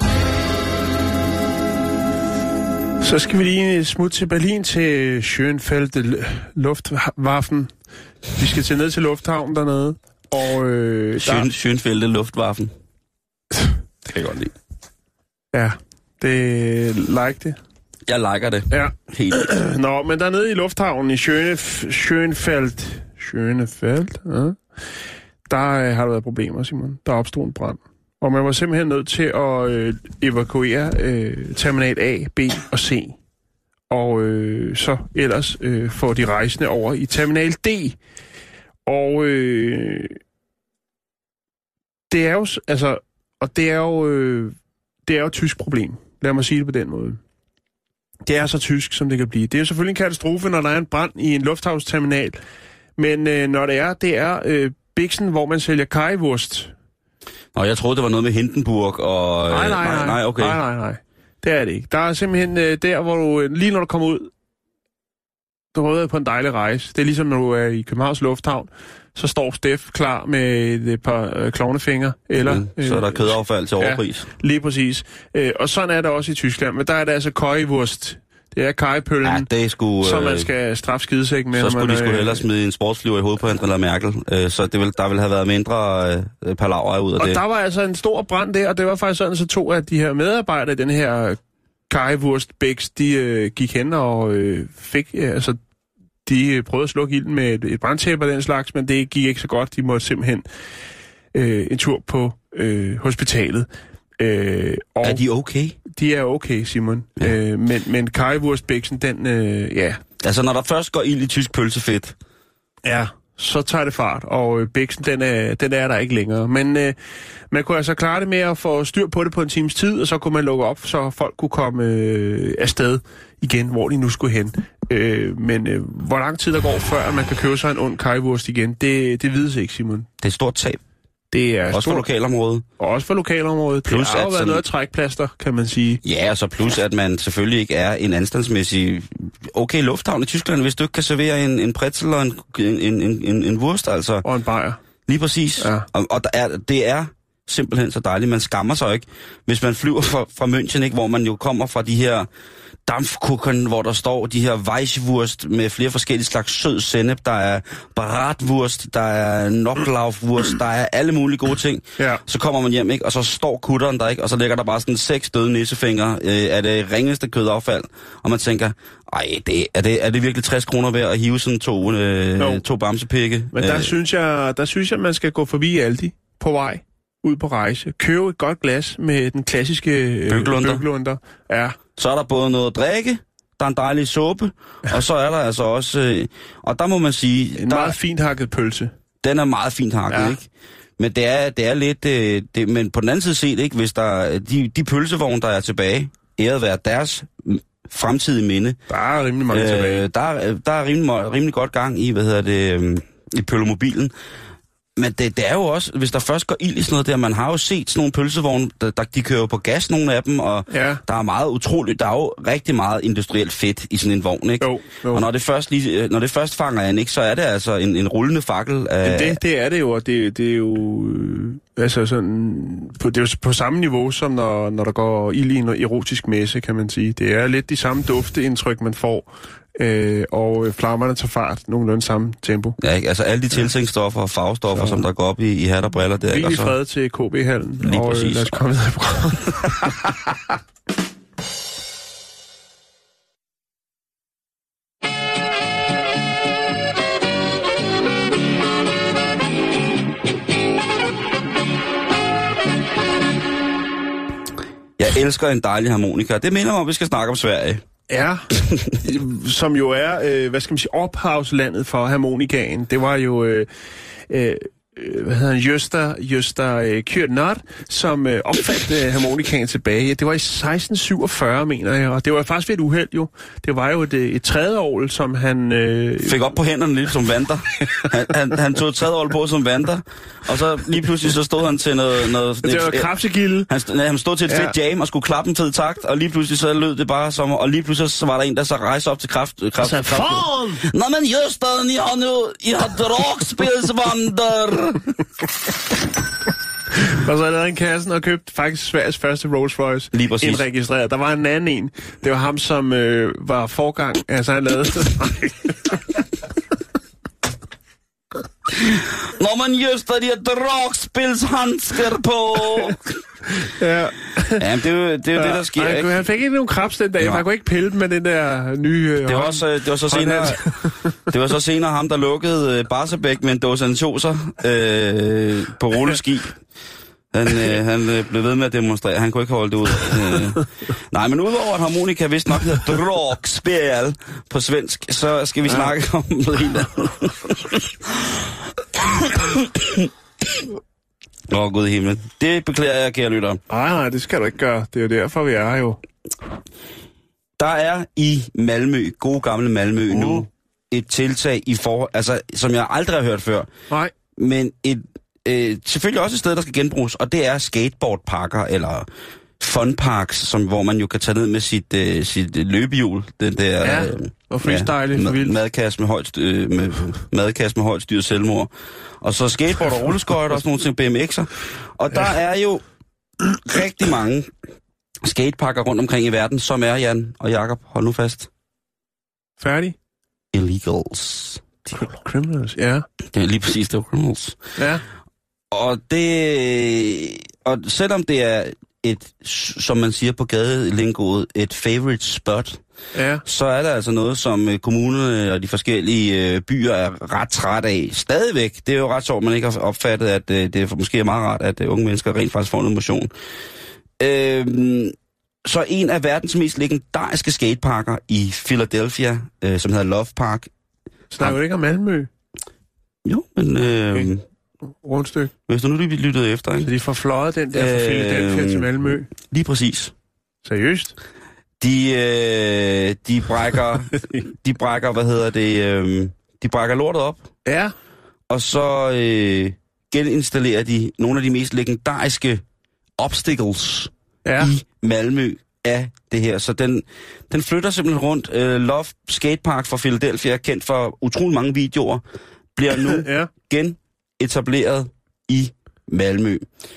S5: Så skal vi lige smutte til Berlin til Schönefeld Luftwaffen. Vi skal til ned til lufthavnen dernede. Og øh,
S4: Schön, der... Schönefeld Luftwaffen. Det kan jeg godt lide.
S5: Ja, det like det.
S4: Jeg liker det.
S5: Ja.
S4: Helt.
S5: Nå, men dernede i lufthavnen i Schönef- Schönefeld, Schönefeld, ja, der øh, har der været problemer, Simon. Der opstod en brand. Og man var simpelthen nødt til at øh, evakuere øh, terminal A, B og C. Og øh, så ellers øh, får de rejsende over i terminal D. Og øh, det er jo altså, og det er jo øh, det er jo et tysk problem. Lad mig sige det på den måde. Det er så tysk, som det kan blive. Det er jo selvfølgelig en katastrofe, når der er en brand i en lufthavnsterminal. Men øh, når det er, det er øh, Bixen, hvor man sælger currywurst.
S4: Nå, jeg troede, det var noget med Hindenburg og...
S5: Nej, nej, nej.
S4: nej, okay.
S5: nej, nej, nej. Det er det ikke. Der er simpelthen øh, der, hvor du, lige når du kommer ud, du har været på en dejlig rejse. Det er ligesom, når du er i Københavns Lufthavn, så står Steff klar med et par øh, klovnefinger. Eller,
S4: mm, så er der kødaffald til overpris.
S5: Ja, lige præcis. Øh, og sådan er det også i Tyskland, men der er det altså currywurst. Det er kajepøllen,
S4: ja, det er sgu,
S5: som man skal straffe skidesæk med.
S4: Så skulle
S5: man,
S4: de sgu
S5: øh,
S4: hellere smide en sportsflyver i hovedet på Angela Merkel. Øh, så det vil, der ville have været mindre øh, palaver ud af
S5: og
S4: det.
S5: Og der var altså en stor brand der, og det var faktisk sådan, så to af de her medarbejdere i den her currywurst-bæks, de øh, gik hen og øh, fik... Øh, altså, de øh, prøvede at slukke ilden med et, et brandtæppe af den slags, men det gik ikke så godt. De måtte simpelthen øh, en tur på øh, hospitalet. Øh, og
S4: er de okay?
S5: De er okay, Simon. Ja. Øh, men men currywurstbæksen, den, øh, ja...
S4: Altså, når der først går ild i tysk pølsefedt...
S5: Ja, så tager det fart, og øh, bæksen, den er, den er der ikke længere. Men øh, man kunne altså klare det med at få styr på det på en times tid, og så kunne man lukke op, så folk kunne komme øh, afsted igen, hvor de nu skulle hen. Øh, men øh, hvor lang tid der går, før man kan købe sig en ond currywurst igen, det, det vides ikke, Simon.
S4: Det er et stort tab.
S5: Det er
S4: også
S5: stort,
S4: for lokalområdet.
S5: Og også for lokalområdet. Plus det har jo været sådan, noget trækplaster, kan man sige.
S4: Ja, og så plus, at man selvfølgelig ikke er en anstandsmæssig okay lufthavn i Tyskland, hvis du ikke kan servere en, en pretzel og en, en, en, en, en wurst, altså.
S5: Og en bajer.
S4: Lige præcis. Ja. Og, og der er, det er simpelthen så dejligt. Man skammer sig ikke, hvis man flyver fra, fra München, ikke, hvor man jo kommer fra de her dampfkuchen, hvor der står de her Weichwurst med flere forskellige slags sød sennep. Der er bratwurst, der er knocklaufwurst, der er alle mulige gode ting.
S5: Ja.
S4: Så kommer man hjem, ikke, og så står kutteren der, ikke, og så ligger der bare sådan seks døde nissefingre øh, af det ringeste kødaffald. Og man tænker, ej, det, er, det, er det virkelig tres kroner værd at hive sådan to, øh, to bamsepikke?
S5: Men der,
S4: øh,
S5: synes jeg, der synes jeg, man skal gå forbi Aldi på vej ud på rejse. Købe et godt glas med den klassiske øh,
S4: Bøglunder.
S5: bøglunder. Ja.
S4: Så er der både noget at drikke, der er en dejlig suppe, og så er der altså også... Øh, og der må man sige...
S5: En
S4: der,
S5: meget fint hakket pølse.
S4: Den er meget fint hakket, ja. Ikke? Men det er, det er lidt... Øh, det, men på den anden side set, ikke, hvis der... De, de pølsevogne, der er tilbage, æret være deres fremtidige minde.
S5: Der er rimelig mange øh, tilbage.
S4: Der er, der er rimelig, rimelig godt gang i, hvad hedder det... Øh, i pøllemobilen. Men det, det er jo også, hvis der først går ild i sådan noget der, man har jo set sådan nogle pølsevogne, der, der, de kører på gas, nogle af dem, og ja. Der er meget utroligt, der er jo rigtig meget industrielt fedt i sådan en vogn, ikke? Jo, jo. Og når det først, lige, når det først fanger an, ikke, så er det altså en, en rullende fakkel af... Det,
S5: det er det jo, og det, det er jo... Øh, altså sådan... På, det er jo på samme niveau, som når, når der går ild i en erotisk messe, kan man sige. Det er lidt de samme dufteindtryk, man får. Øh, og flammerne tager fart nogenlunde samme tempo.
S4: Ja, ikke? Altså alle de tilsætningsstoffer og farvestoffer, så, som der går op i, i hat og briller. Der,
S5: ikke?
S4: Og
S5: så...
S4: så...
S5: fred til K B-hallen.
S4: Lige
S5: og
S4: præcis.
S5: Lad os komme videre i programmet.
S4: Jeg elsker en dejlig harmonika. Det minder mig om, at vi skal snakke om Sverige.
S5: Ja, som jo er, øh, hvad skal man sige, ophavslandet for harmonikaen. Det var jo, øh, øh, hvad hedder han, Gösta, Gösta øh, Kyrnard, som øh, opfandt øh, harmonikaen tilbage. Det var i seksten syvogfyrre, mener jeg, og det var faktisk ved et uheld jo. Det var jo et, et trædeovl, som han... Øh...
S4: Fik op på hænderne lidt som vanter. Han, han, han tog et trædeovl på som vanter, og så lige pludselig så stod han til noget... noget
S5: det var et krabsegilde.
S4: Han, nej, han stod til et ja. fedt jam og skulle klappe den til takt, og lige pludselig så lød det bare som... Og lige pludselig så var der en, der så rejste op til kraft... kraft
S5: så fan!
S4: Nå, men just det, I har nu... I har dragspilsvandrer!
S5: Og så havde jeg en kassen og købt faktisk Sveriges første Rolls Royce indregistreret. Der var en anden en. Det var ham, som øh, var forgang. Altså, han lavede...
S4: Når man just har de her dragspilshandsker på...
S5: ja.
S4: Ja, det er jo det, er jo ja. det der sker,
S5: han,
S4: ikke?
S5: Han fik ikke nogen krebs den dag, ja. Han kunne ikke pille med den der nye... Øh,
S4: det, var også, det var så senere... det var så senere ham, der lukkede øh, Barsebæk med en dåse ansjoser øh, på rulleski. Han, øh, han øh, blev ved med at demonstrere. Han kunne ikke holde det ud. Øh. Nej, men udover at harmonika vist nok hedder dragspel på svensk, så skal vi ja. snakke om noget helt andet. Åh, oh, Gud i himlen. Det beklager jeg, kære lytter.
S5: Nej, nej, det skal du ikke gøre. Det er jo derfor, vi er her jo.
S4: Der er i Malmø, gode gamle Malmø uh. nu, et tiltag i forhold, altså, som jeg aldrig har hørt før. Nej. Men et, øh, selvfølgelig også et sted, der skal genbruges, og det er skateboardparker, eller funparks, som, hvor man jo kan tage ned med sit, øh, sit løbehjul. Den der,
S5: ja, og freestyle ja, for vildt.
S4: Madkasse med højt, øh, med, madkasse med højt styret selvmord. Og så skateboard og rulleskøjter og sådan nogle ting, B M X'er. Og ja. Der er jo rigtig mange skateparker rundt omkring i verden, som er, Jan og Jakob, hold nu fast.
S5: Færdig?
S4: Illegals.
S5: Criminals, ja.
S4: Det er lige præcis, det er criminals.
S5: Ja.
S4: Og det... Og selvom det er et, som man siger på gadelingoet, et favorite spot, ja. Så er der altså noget, som kommunerne og de forskellige byer er ret træt af. Stadigvæk. Det er jo ret sjovt, man ikke har opfattet, at det er måske er meget rart, at unge mennesker rent faktisk får noget motion. Øhm, så en af verdens mest legendariske skateparker i Philadelphia, øh, som hedder Love Park.
S5: Snakker du ikke om Malmø?
S4: Jo, men... Øh, okay.
S5: Rundstykke.
S4: Hvis du nu lige lyttede efter, ikke?
S5: Så de får fløjet den der fra Philadelphia øh, til Malmø?
S4: Lige præcis.
S5: Seriøst?
S4: De, øh, de brækker, de brækker, hvad hedder det, øh, de brækker lortet op.
S5: Ja.
S4: Og så øh, geninstallerer de nogle af de mest legendariske obstacles ja. I Malmø af det her. Så den, den flytter simpelthen rundt. Øh, Love Skatepark fra Philadelphia, kendt for utrolig mange videoer, bliver nu ja. genetableret i Malmø.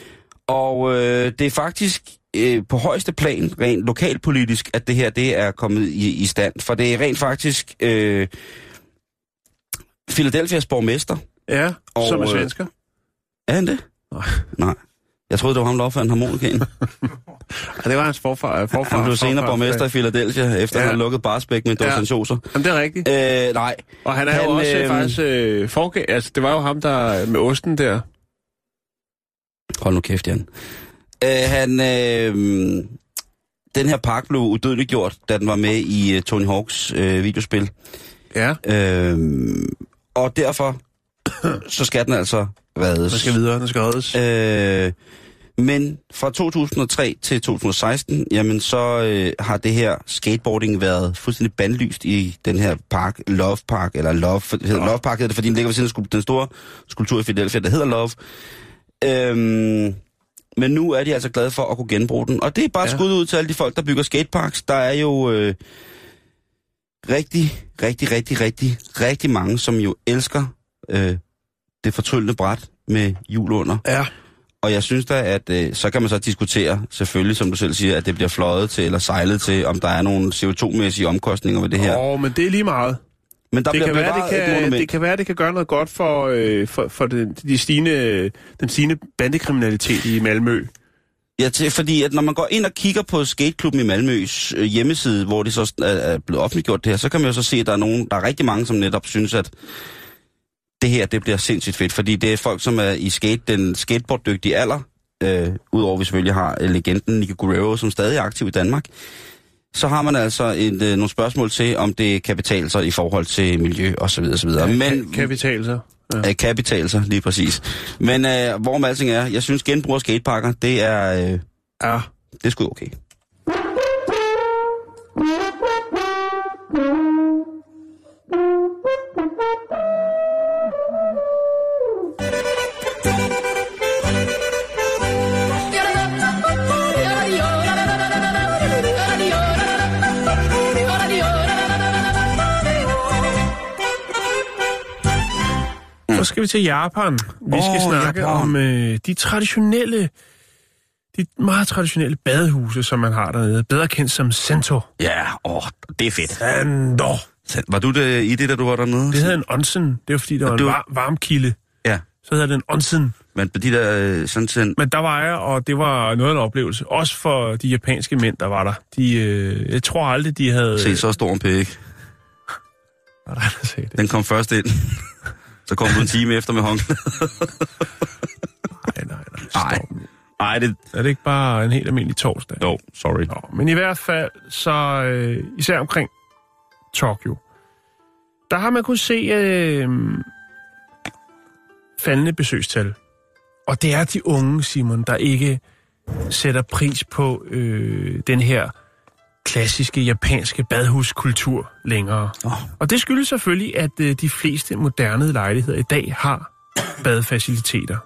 S4: Og øh, det er faktisk øh, på højeste plan, rent lokalpolitisk, at det her det er kommet i, i stand. For det er rent faktisk øh, Philadelphias borgmester.
S5: Ja, og, som er svensker. Øh,
S4: er han det?
S5: Nej.
S4: Nej. Jeg troede, det var ham, der opfandt harmonikaen.
S5: Ja, det var hans forfar. forfar
S4: han blev senere
S5: forfar,
S4: borgmester i Philadelphia, efter ja. han lukket Barsbæk med en dåse ansjoser.
S5: Ja. Jamen, det er rigtigt.
S4: Øh, nej.
S5: Og han er han, jo også øh, faktisk øh, forgæ... Altså, det var jo ham, der med osten der.
S4: Hold nu kæft, Jan. Øh, han... Øh, den her park blev udødeligt gjort, da den var med i uh, Tony Hawks øh, videospil.
S5: Ja.
S4: Øh, og derfor, så skal den altså reddes.
S5: Den skal videre, den skal reddes.
S4: Øh, men fra to tusind og tre til to tusind og seksten, jamen så øh, har det her skateboarding været fuldstændig bandlyst i den her park, Love Park, eller Love, hedder Love Park hedder det, fordi den ligger ved siden af den store skulptur i Philadelphia, der hedder Love. Øhm, men nu er de altså glade for at kunne genbruge den, og det er bare ja. skud ud til alle de folk, der bygger skateparks. Der er jo øh, rigtig, rigtig, rigtig, rigtig, rigtig mange, som jo elsker øh, det fortryllende bræt med hjul under.
S5: Ja.
S4: Og jeg synes da, at øh, så kan man så diskutere, selvfølgelig, som du selv siger, at det bliver fløjet til eller sejlet til, om der er nogle C O to-mæssige omkostninger ved det her.
S5: Åh, men det er lige meget.
S4: Men der
S5: det,
S4: bliver
S5: kan være, det, kan, det kan være, det kan gøre noget godt for, øh, for, for den, de stigende, den stigende bandekriminalitet i Malmø.
S4: Ja, til, fordi at når man går ind og kigger på skateklubben i Malmøs øh, hjemmeside, hvor det så er, er blevet offentliggjort det her, så kan man jo så se, at der er, nogen, der er rigtig mange, som netop synes, at det her, det bliver sindssygt fedt, fordi det er folk, som er i skate, den skateboarddygtige alder, øh, udover vi selvfølgelig har legenden Nicky Guerrero, som stadig er aktiv i Danmark. Så har man altså et, øh, nogle spørgsmål til, om det kan betale sig i forhold til miljø og så videre, så videre.
S5: Ja,
S4: Men
S5: kan betale sig.
S4: Ja. Kan betale sig, lige præcis. Men øh, hvor med alting er, jeg synes genbrug af skateparker, det er, øh,
S5: ja.
S4: det er sgu okay.
S5: Så skal vi til Japan. Vi
S4: oh,
S5: skal snakke
S4: Japan.
S5: om øh, de traditionelle, de meget traditionelle badehuse, som man har dernede. Bedre kendt som Sento.
S4: Ja, åh, det er fedt.
S5: Sento.
S4: Var du det, i det, da du var dernede?
S5: Det hedder en onsen. Det var fordi, der var en var, varmkilde.
S4: Ja.
S5: Så hedder det en onsen.
S4: Men på de der sådan sådan...
S5: Men der var jeg, og det var noget af en oplevelse. Også for de japanske mænd, der var der. De, øh, jeg tror aldrig, de havde...
S4: Se, så stor en pæk.
S5: Hvad er der, der sagde det?
S4: Den kom først ind. Så kom du en time efter med håndklæde.
S5: nej, nej, nej.
S4: Nej. Nej, det...
S5: Er det ikke bare en helt almindelig torsdag?
S4: No, sorry.
S5: Nå, men i hvert fald, så øh, især omkring Tokyo, der har man kunnet se øh, faldende besøgstal. Og det er de unge, Simon, der ikke sætter pris på øh, den her klassiske japanske badhuskultur længere. Oh. Og det skyldes selvfølgelig, at øh, de fleste moderne lejligheder i dag har badefaciliteter.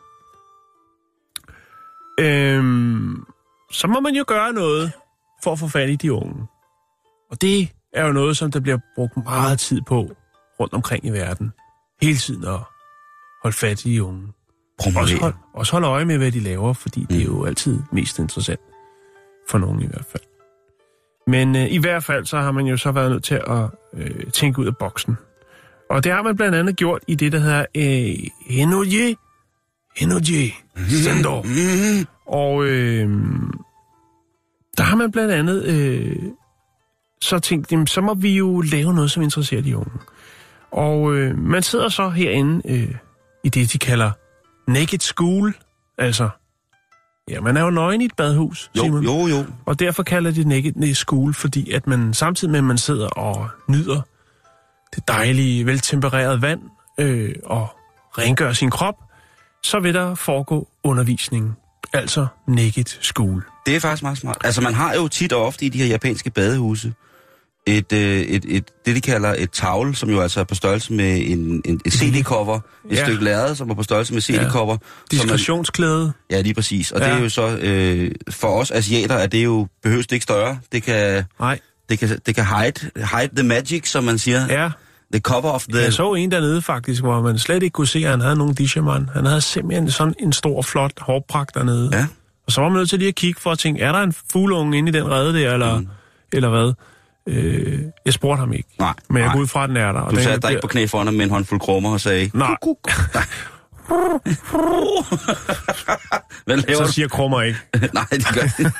S5: Øhm, så må man jo gøre noget for at få fat i de unge. Og det er jo noget, som der bliver brugt meget tid på rundt omkring i verden. Hele tiden at holde fat i de unge. Også hold, også holde øje med, hvad de laver, fordi mm. det er jo altid mest interessant. For nogen i hvert fald. Men øh, i hvert fald, så har man jo så været nødt til at øh, tænke ud af boksen. Og det har man blandt andet gjort i det, der hedder øh, Henoji Henoji Sendo. Mm-hmm. Og øh, der har man blandt andet øh, så tænkt, jamen, så må vi jo lave noget, som interesserer de unge. Og øh, man sidder så herinde øh, i det, de kalder Naked School. Altså, ja, man er jo nøgen i et badhus,
S4: jo,
S5: Simon.
S4: Jo, jo,
S5: Og derfor kalder de Naked School, fordi at man samtidig med, at man sidder og nyder det dejlige, veltempererede vand øh, og rengør sin krop, så vil der foregå undervisning. Altså Naked School.
S4: Det er faktisk meget smart. Altså, man har jo tit og ofte i de her japanske badehuse et, øh, et, et, det, de kalder et tavle, som jo altså er på størrelse med en, en, et C D-cover. Et ja. stykke lærred, som er på størrelse med C D-cover.
S5: Ja. Diskretionsklæde.
S4: Ja, lige præcis. Og ja. det er jo så, øh, for os asiater, at det jo behøves det ikke større. Det kan,
S5: Nej.
S4: det kan, det kan hide, hide the magic, som man siger.
S5: Ja.
S4: The cover of the...
S5: Jeg så en dernede faktisk, hvor man slet ikke kunne se, at han havde nogen disherman. Han havde simpelthen sådan en stor, flot hårpragt dernede.
S4: Ja.
S5: Og så var man nødt til lige at kigge for at tænke, er der en fugleunge inde i den rede der, eller, mm. eller hvad? Øh, jeg spurgte ham ikke.
S4: Nej,
S5: men jeg
S4: nej.
S5: går ud fra, at den er der. Og
S4: du
S5: den,
S4: satte dig ikke på knæ foran med en håndfuld krummer og sagde...
S5: Nej.
S4: Hvad laver
S5: så siger krummer ikke.
S4: Nej, det gør ikke.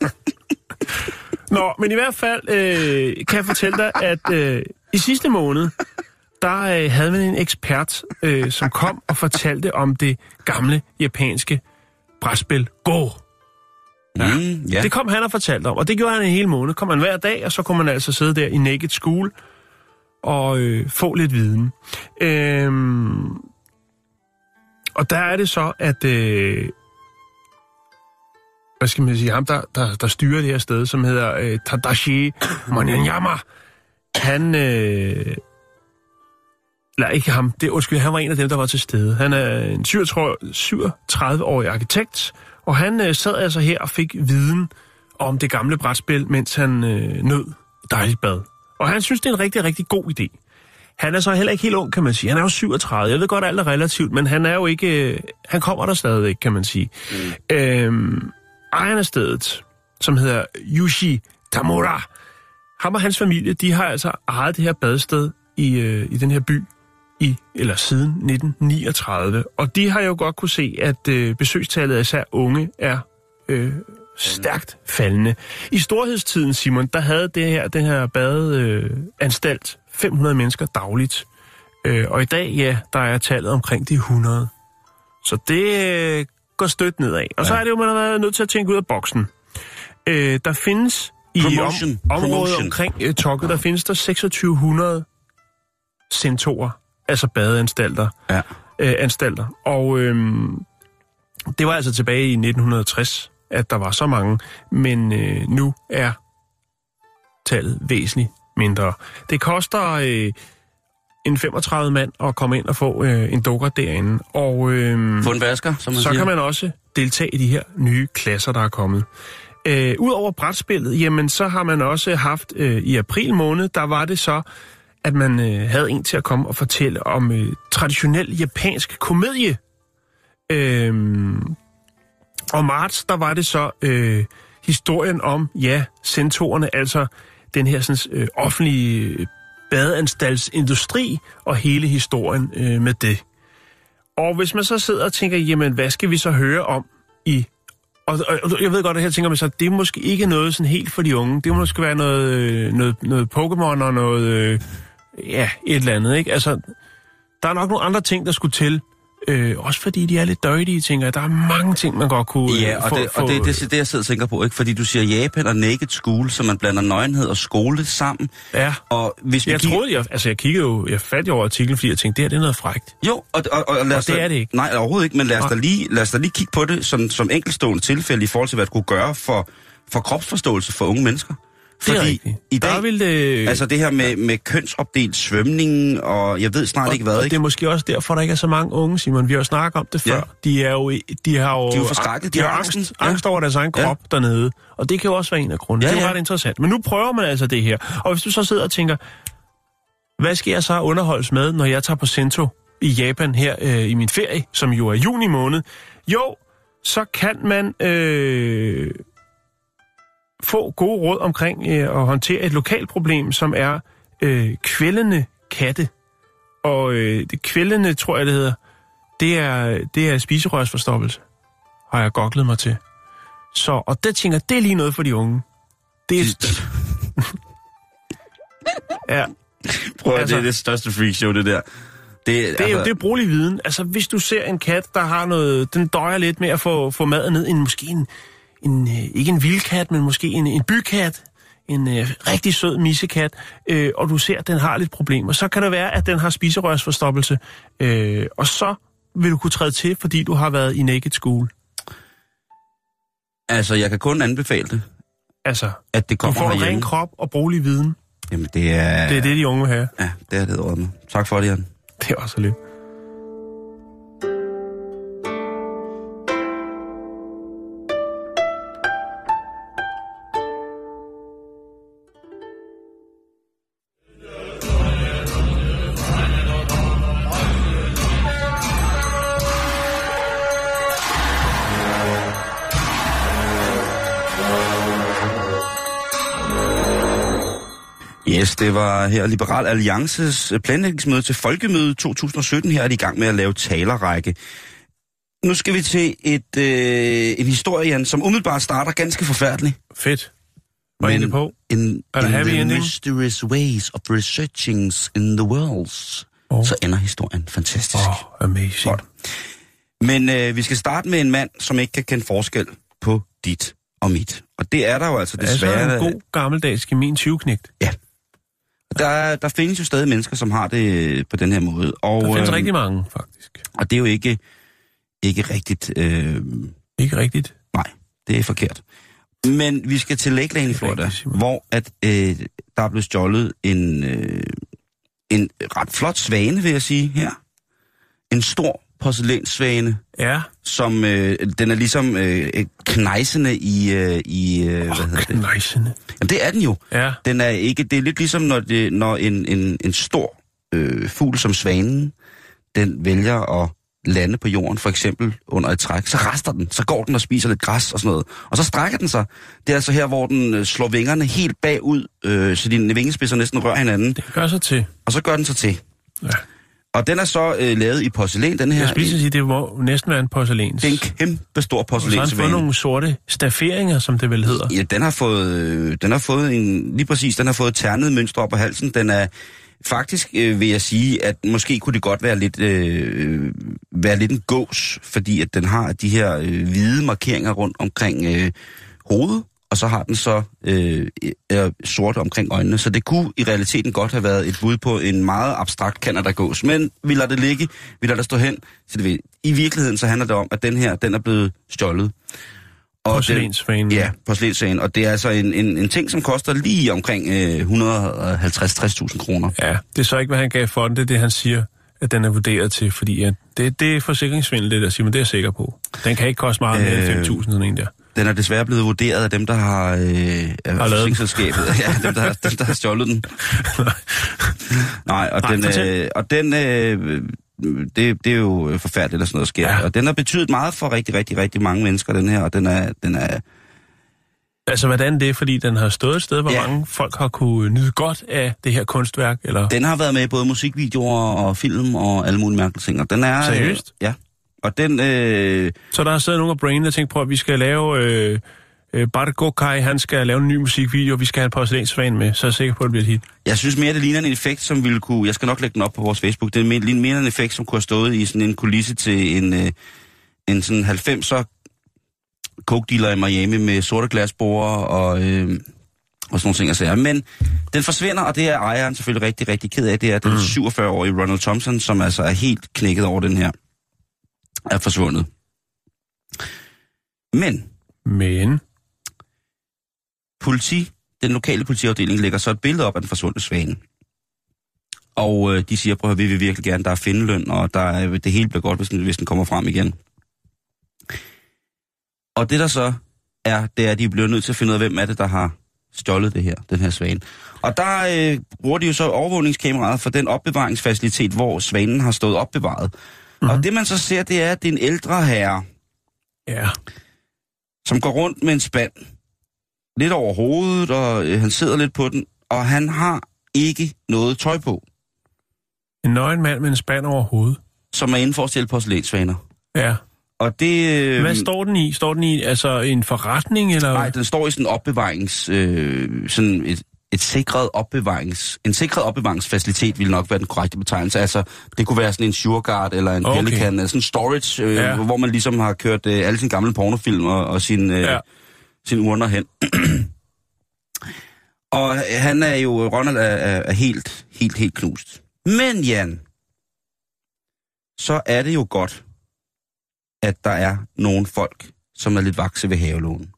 S5: Nå, men i hvert fald øh, kan jeg fortælle dig, at øh, i sidste måned, der øh, havde man en ekspert, øh, som kom og fortalte om det gamle japanske brætspil Go. Ja.
S4: Mm, ja.
S5: Det kom han og fortalte om, og det gjorde han en hel måned. Kom man hver dag, og så kunne man altså sidde der i Naked School og øh, få lidt viden. Øhm, og der er det så, at... Øh, hvad skal man sige, ham der, der, der styrer det her sted, som hedder øh, Tadashi Maniyama, han, øh, eller ikke ham, det, undskyld, han var en af dem, der var til stede. Han er en syvogtredive-årig arkitekt, og han øh, sad altså her og fik viden om det gamle brætspil, mens han øh, nød dejligt bad. Og han synes, det er en rigtig, rigtig god idé. Han er så heller ikke helt ung, kan man sige. Han er jo syvogtredive. Jeg ved godt, alt er relativt, men han er jo ikke... Øh, han kommer der stadigvæk, kan man sige. Mm. Øhm, ejeren af stedet, som hedder Yushi Tamura, ham og hans familie, de har altså ejet det her badested i, øh, i den her by, i eller siden nitten niogtredive. Og de har jo godt kunne se, at øh, besøgstallet af især unge er øh, stærkt faldende. I storhedstiden, Simon, der havde det her, den her badeanstalt øh, fem hundrede mennesker dagligt. Øh, og i dag, ja, der er tallet omkring de hundrede. Så det øh, går stødt nedad. Og ja. Så er det jo, man har været nødt til at tænke ud af boksen. Øh, der findes i om, området Promotion. omkring øh, Tokyo, der findes der seksogtyve hundrede sentorer, altså badeanstalter. Ja. Øh, anstalter. Og øh, det var altså tilbage i nitten tres, at der var så mange, men øh, nu er tallet væsentligt mindre. Det koster øh, en femogtredive mand at komme ind og få øh, en dukker derinde. Og øh,
S4: få en vasker, som man
S5: så
S4: siger.
S5: Kan man også deltage i de her nye klasser, der er kommet. Øh, Udover brætspillet, jamen så har man også haft øh, i april måned, der var det så, at man øh, havde en til at komme og fortælle om øh, traditionel japansk komedie. Øh, og marts, der var det så øh, historien om, ja, sentorerne, altså den her sådan, øh, offentlige badeanstaltsindustri og hele historien øh, med det. Og hvis man så sidder og tænker, jamen, hvad skal vi så høre om i... Og, og, og jeg ved godt, at her tænker man så, det er måske ikke noget sådan helt for de unge. Det må måske være noget, noget, noget Pokémon og noget... Øh, ja, et eller andet, ikke? Altså, der er nok nogle andre ting, der skulle til. Øh, også fordi de er lidt døjtige, tænker jeg. Der er mange ting, man godt kunne...
S4: Ja, og,
S5: få,
S4: det, og det, det er det, jeg sidder og tænker på, ikke? Fordi du siger Japan og Naked School, så man blander nøgenhed og skole sammen.
S5: Ja,
S4: og hvis vi
S5: jeg
S4: kigger...
S5: troede, jeg, altså jeg kiggede jo, jeg fandt jo over artiklen, fordi jeg tænkte, det her det er noget frækt.
S4: Jo, og, og, og, lad os
S5: og det
S4: da,
S5: er det ikke.
S4: Nej, overhovedet ikke, men lad os, da lige, lad os da lige kigge på det som, som enkeltstående tilfælde i forhold til, hvad det kunne gøre for, for kropsforståelse for unge mennesker. Fordi i dag,
S5: vil det...
S4: altså det her med, med kønsopdelt svømning, og jeg ved snart
S5: og,
S4: ikke hvad,
S5: og
S4: ikke?
S5: det er måske også derfor, der ikke er så mange unge, Simon. Vi har jo snakket om det før. Ja. De er jo... De har jo,
S4: de er jo forskrækket.
S5: De, de har angst, ja. angst over deres egen krop ja. dernede. Og det kan jo også være en af grundene. Ja, det er jo ja. ret interessant. Men nu prøver man altså det her. Og hvis du så sidder og tænker, hvad skal jeg så underholdes med, når jeg tager på Sento i Japan her øh, i min ferie, som jo er juni måned? Jo, så kan man... Øh, få gode råd omkring øh, at håndtere et lokalt problem, som er øh, kvældende katte. Og øh, det kvældende, tror jeg det hedder, det er, det er spiserørsforstoppelse, har jeg googlet mig til. Så, og det tænker det er lige noget for de unge. Det er... ja.
S4: Prøv at altså, det er det største freakshow, det der. Det,
S5: det er
S4: altså...
S5: jo det er brugelig viden. Altså, hvis du ser en kat, der har noget... Den døjer lidt med at få, få maden ned i en, måske en... En, ikke en vildkat, men måske en, en bykat, en øh, rigtig sød missekat, øh, og du ser, at den har lidt problemer. Så kan det være, at den har spiserørsforstoppelse, øh, og så vil du kunne træde til, fordi du har været i Naked School.
S4: Altså, jeg kan kun anbefale det.
S5: Altså,
S4: at det kommer
S5: du får en ren krop og brugelig viden.
S4: Jamen, det er...
S5: Det er det, de unge vil have.
S4: Ja, det er det ord med. Tak for det, Jan.
S5: Det er også lidt.
S4: Yes, det var her Liberal Alliances planlægningsmøde til Folkemøde to tusind og sytten. Her er de i gang med at lave talerrække. Nu skal vi til et, øh, en historie, Jan, som umiddelbart starter ganske forfærdeligt.
S5: Fedt. Var det på?
S4: In,
S5: er der
S4: in
S5: happy
S4: the
S5: ending?
S4: mysterious ways of researchings in the world. Oh. Så ender historien fantastisk.
S5: Åh, oh, amazing.
S4: Godt. Men øh, vi skal starte med en mand, som ikke kan kende forskel på dit og mit. Og det er der jo altså desværre...
S5: Altså en god gammeldags gemin tyveknægt.
S4: Ja. Der, der findes jo stadig mennesker, som har det på den her måde. Og,
S5: der findes
S4: øh,
S5: rigtig mange, faktisk.
S4: Og det er jo ikke, ikke rigtigt... Øh,
S5: ikke rigtigt?
S4: Nej, det er forkert. Men vi skal til Lake Lane i Florida, rigtigt, hvor at, øh, der er blevet stjålet en, øh, en ret flot svane, vil jeg sige her. En stor porcelænssvane.
S5: Ja.
S4: Som, øh, den er ligesom øh, knejsende i... Øh, i øh,
S5: oh,
S4: hvad hedder det?
S5: Knejsende.
S4: Jamen, det er den jo.
S5: Ja.
S4: Den er ikke... Det er lidt ligesom, når, det, når en, en, en stor øh, fugl som svanen, den vælger at lande på jorden, for eksempel under et træk, så rester den, så går den og spiser lidt græs og sådan noget. Og så strækker den sig. Det er altså her, hvor den slår vingerne helt bagud, øh, så dine vingespidser næsten rører hinanden.
S5: Det gør sig til.
S4: Og så gør den sig til.
S5: Ja.
S4: Og den er så øh, lavet i porcelæn, den her.
S5: Jeg skulle sige, det må næsten være en porcelæns.
S4: Det er en kæmpe stor porcelænsvane.
S5: Og så har den fået nogle sorte stafferinger, som det vel hedder.
S4: Ja, den har fået, øh, den har fået en, lige præcis, den har fået ternet mønstre op på halsen. Den er faktisk, øh, vil jeg sige, at måske kunne det godt være lidt, øh, være lidt en gås, fordi at den har de her øh, hvide markeringer rundt omkring øh, hovedet, og så har den så øh, øh, sort omkring øjnene. Så det kunne i realiteten godt have været et bud på en meget abstrakt Canada-gås. Men vi lader det ligge, vi lader det stå hen. Så det, i virkeligheden så handler det om, at den her, den er blevet stjålet.
S5: Porcelænsvanen.
S4: Ja, porcelænsvanen. Og det er altså en, en, en ting, som koster lige omkring øh, et hundrede og halvtreds til tres tusind kroner.
S5: Ja, det er så ikke, hvad han gav for den. Det er det, han siger, at den er vurderet til. Fordi at det, det er forsikringsvindel, det der siger, men det er jeg sikker på. Den kan ikke koste meget mere øh, end fem tusind, sådan en der.
S4: Den er desværre blevet vurderet af dem, der har... Øh,
S5: har lavet
S4: forsikringsselskabet. Ja, dem, der har, dem, der har stjålet den. Nej, og
S5: Nej,
S4: den... Øh, og den øh, det, det er jo forfærdeligt, at sådan noget sker. Ja. Og den har betydet meget for rigtig, rigtig, rigtig mange mennesker, den her. Og den er... Den er
S5: altså, hvordan det er, fordi den har stået et sted, hvor ja. mange folk har kunne nyde godt af det her kunstværk, eller?
S4: Den har været med i både musikvideoer og film og alle mulige mærkelige ting. Og den er...
S5: Seriøst?
S4: Øh, ja. Og den... Øh...
S5: Så der har siddet nogle af brainen, der tænkt på, at vi skal lave... Øh, øh, Bargo Kai, han skal lave en ny musikvideo, og vi skal have en porcelænsvane med, så er jeg sikker på, at det bliver et hit.
S4: Jeg synes mere, det ligner en effekt, som ville kunne... Jeg skal nok lægge den op på vores Facebook. Det er mere en effekt, som kunne have stået i sådan en kulisse til en, øh, en sådan halvfemser coke-dealer i Miami med sorte glasborde og, øh, og sådan nogle ting. Altså. Men den forsvinder, og det er ejeren selvfølgelig rigtig, rigtig ked af. Det er den mm. syvogfyrre-årige Ronald Thompson, som altså er helt knækket over den her, er forsvundet. Men...
S5: Men...
S4: Politi, den lokale politiafdeling, lægger så et billede op af den forsvundne svane. Og øh, de siger, prøv at vi vil virkelig gerne, der er findeløn, og der er, det hele bliver godt, hvis den, hvis den kommer frem igen. Og det der så er, det er, at de bliver nødt til at finde ud af, hvem er det, der har stjålet det her, den her svane. Og der øh, bruger de jo så overvågningskameraet for den opbevaringsfacilitet, hvor svanen har stået opbevaret. Mm-hmm. Og det man så ser, det er, at det er en ældre herre,
S5: ja.
S4: som går rundt med en spand, lidt over hovedet, og øh, han sidder lidt på den, og han har ikke noget tøj på.
S5: En nøgen mand med en spand over hovedet.
S4: Som er inden for at stjæle porcelænsvaner.
S5: Ja.
S4: Og det... Øh,
S5: Hvad står den i? Står den i altså en forretning, eller?
S4: Nej, den står i sådan en opbevarings... Øh, sådan et, et sikret opbevarings... En sikret opbevaringsfacilitet ville nok være den korrekte betegnelse. Altså, det kunne være sådan en Sureguard eller en okay. Pelican, eller sådan en storage, øh, ja. hvor man ligesom har kørt øh, alle sine gamle pornofilm og, og sin, øh, ja. sin urner hen. Og han er jo... Ronald er, er, er helt, helt, helt knust. Men Jan, så er det jo godt, at der er nogle folk, som er lidt vakse ved havelågen.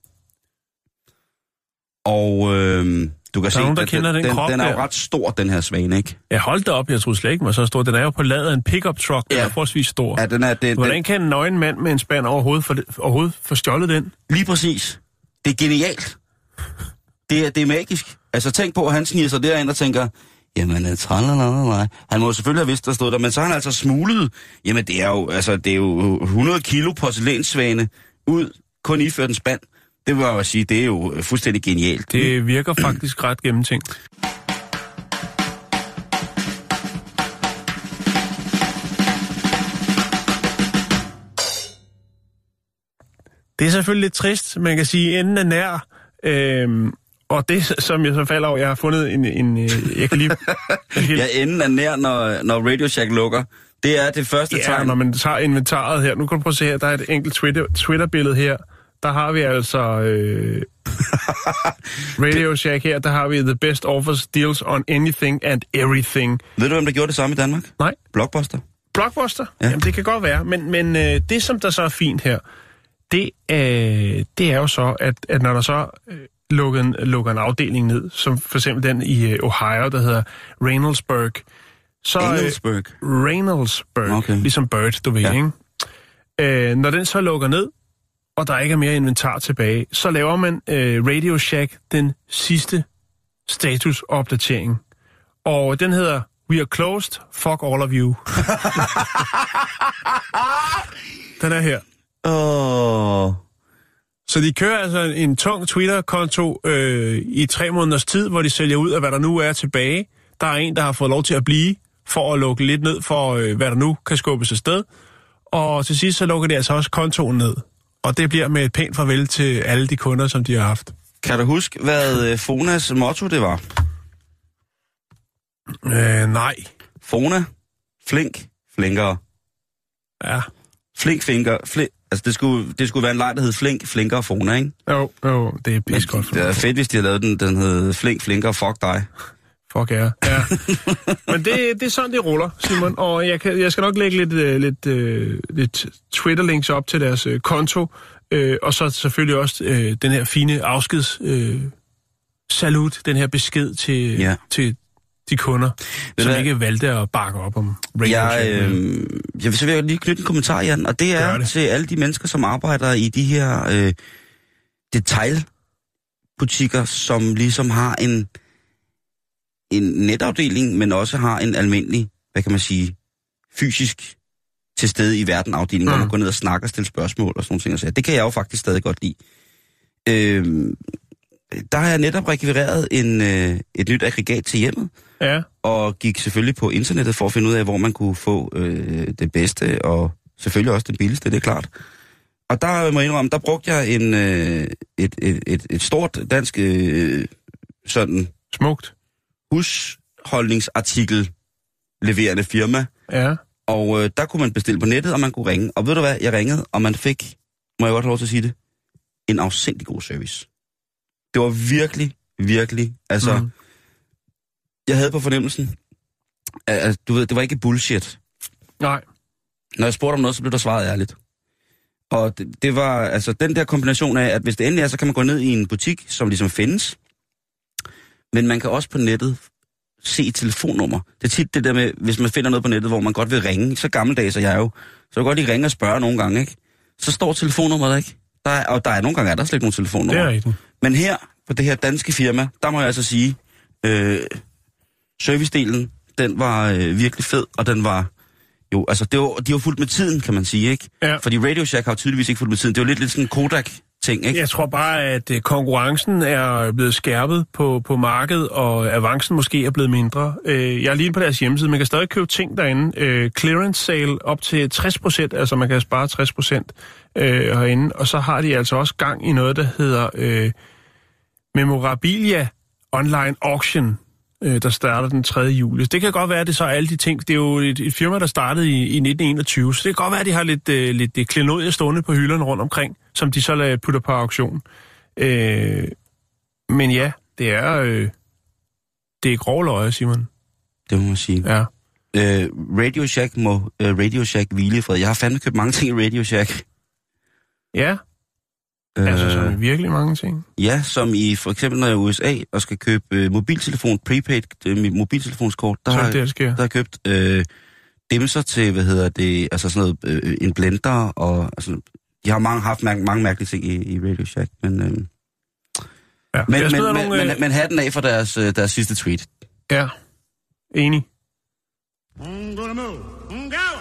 S4: Og øh, du kan
S5: der
S4: se,
S5: nogen, der
S4: at
S5: kender
S4: den,
S5: den,
S4: den,
S5: krop,
S4: den er jo
S5: der.
S4: ret stor, den her svane, ikke?
S5: Jeg holdt det op, jeg troede slet ikke, men så stor. Den er jo på ladet af en pickup truck, ja. Den er forholdsvis stor.
S4: Ja, den er, den,
S5: Hvordan
S4: den,
S5: kan en nøgen mand med en spand overhovedet for, overhovedet for stjålet den?
S4: Lige præcis. Det er genialt. Det er, det er magisk. Altså tænk på, at han sniger sig derind og tænker, jamen, tralalala. Han må selvfølgelig have vidst, der stod der, men så har han altså smuglet. Jamen, det er jo, altså, det er jo hundrede kilo porcelænssvane ud, kun iført en spand. Det vil jeg jo sige, det er jo fuldstændig genialt.
S5: Det virker faktisk ret gennemtænkt. Det er selvfølgelig lidt trist. Man kan sige, enden er nær. Øhm, og det, som jeg så falder over, jeg har fundet en... en jeg kan lige...
S4: ja, enden er nær, når, når Radio Shack lukker. Det er det første
S5: ja,
S4: tegn.
S5: Når man tager inventaret her. Nu kan du prøve at se her. Der er et enkelt Twitter, Twitter-billede her. Der har vi altså... Øh, Radio Shack her. Der har vi the best offers deals on anything and everything.
S4: Ved du, hvem der gjorde det samme i Danmark?
S5: Nej.
S4: Blockbuster.
S5: Blockbuster?
S4: Ja.
S5: Jamen, det kan godt være. Men, men øh, det, som der så er fint her, det, øh, det er jo så, at, at når der så øh, lukker, en, lukker en afdeling ned, som for eksempel den i øh, Ohio, der hedder Reynoldsburg, så...
S4: Reynoldsburg?
S5: Øh, Reynoldsburg,
S4: okay.
S5: Ligesom Bird, du ved, ja. Ikke? Øh, når den så lukker ned, og der ikke er mere inventar tilbage, så laver man øh, Radio Shack den sidste statusopdatering. Og den hedder We are closed, fuck all of you. Den er her.
S4: Åh... Oh.
S5: Så de kører altså en tung Twitter-konto øh, i tre måneders tid, hvor de sælger ud af, hvad der nu er tilbage. Der er en, der har fået lov til at blive, for at lukke lidt ned for, øh, hvad der nu kan skubbes afsted. Og til sidst så lukker de altså også kontoen ned. Og det bliver med et pænt farvel til alle de kunder, som de har haft.
S4: Kan du huske, hvad Fonas motto det var?
S5: Øh, nej.
S4: Fona, flink, flinkere.
S5: Ja.
S4: Flink, flinkere, flink. Altså, det skulle, det skulle være en leg, der hed Flink, Flinkere, Fona, ikke?
S5: Jo, jo, det er pisse godt.
S4: Det er fedt, hvis de havde lavet den, den hed Flink, Flinkere, fuck dig.
S5: Fuck ja. Ja. Men det, det er sådan, det ruller, Simon. Og jeg, kan, jeg skal nok lægge lidt, uh, lidt, uh, lidt Twitter-links op til deres uh, konto. Uh, og så selvfølgelig også uh, den her fine afskeds uh, salut, den her besked til, ja. til de kunder, Ved som ikke valgte at bakke op om Radio
S4: jeg,
S5: Shack.
S4: øh, jeg vil så vil jeg lige knytte en kommentar, Jan, og det er det. til alle de mennesker, som arbejder i de her øh, detailbutikker, som ligesom har en, en netafdeling, men også har en almindelig, hvad kan man sige, fysisk til stede i verden afdeling, mm. hvor man går ned og snakker og stiller spørgsmål og sådan nogle ting. Og så. Det kan jeg jo faktisk stadig godt lide. Øh, der har jeg netop rekvireret en, øh, et nyt aggregat til hjemmet,
S5: ja.
S4: og gik selvfølgelig på internettet for at finde ud af, hvor man kunne få øh, det bedste, og selvfølgelig også det billigste, det er klart. Og der må jeg indrømme, der brugte jeg en, øh, et, et, et, et stort dansk øh, sådan
S5: smukt
S4: husholdningsartikel leverende firma.
S5: Ja.
S4: Og øh, der kunne man bestille på nettet, og man kunne ringe. Og ved du hvad, jeg ringede, og man fik, må jeg godt have lov til at sige det, en afsindig god service. Det var virkelig, virkelig, altså, mm. jeg havde på fornemmelsen, at, du ved, det var ikke bullshit.
S5: Nej.
S4: Når jeg spurgte om noget, så blev der svaret ærligt. Og det, det var, altså, den der kombination af, at hvis det endelig er, så kan man gå ned i en butik, som ligesom findes, men man kan også på nettet se et telefonnummer. Det er tit det der med, hvis man finder noget på nettet, hvor man godt vil ringe, så gammeldags er jeg jo, så kan jeg godt lige ringe og spørge nogle gange, ikke? Så står telefonnummeret ikke. Der er, og der er nogle gange, er der slet ikke nogen telefonnummer.
S5: Det er rigtigt.
S4: Men her, på det her danske firma, der må jeg altså sige, øh, servicedelen, den var øh, virkelig fed, og den var jo, altså, det var, de var fuldt med tiden, kan man sige, ikke?
S5: Ja.
S4: Fordi Radio Shack har jo tydeligvis ikke fuldt med tiden. Det var lidt, lidt sådan en Kodak-ting, ikke?
S5: Jeg tror bare, at konkurrencen er blevet skærpet på, på markedet, og avancen måske er blevet mindre. Jeg er lige på deres hjemmeside. Man kan stadig købe ting derinde. Clearance sale op til tres procent, altså man kan spare tres procent herinde. Og så har de altså også gang i noget, der hedder øh, Memorabilia Online Auction, der starter den tredje juli. Det kan godt være, at det så er alle de ting. Det er jo et, et firma, der startede i, i nitten enogtyve, så det kan godt være, at de har lidt, uh, lidt klenodier stående på hylderne rundt omkring, som de så putter på auktion. Uh, men ja, det er øh, det er grov løje, Simon.
S4: Det må man sige.
S5: Ja.
S4: Uh, Radio Shack må uh, Radio Shack hvile i fred. Jeg har fandme købt mange ting i Radio Shack.
S5: Ja. Altså så virkelig mange ting?
S4: Ja, som i for eksempel når jeg er i U S A og skal købe øh, mobiltelefon, prepaid øh, mobiltelefonskort, der, har,
S5: det, der,
S4: der har købt øh, dimser til, hvad hedder det, altså sådan noget, øh, en blender, og altså, de har mange, haft mange, mange mærkelige ting i, i Radio Shack, men, øh,
S5: ja,
S4: men, men,
S5: nogle,
S4: men,
S5: øh...
S4: men, men hatten af for deres, øh, deres sidste tweet.
S5: Ja, enig.
S7: I'm gonna move. I'm going.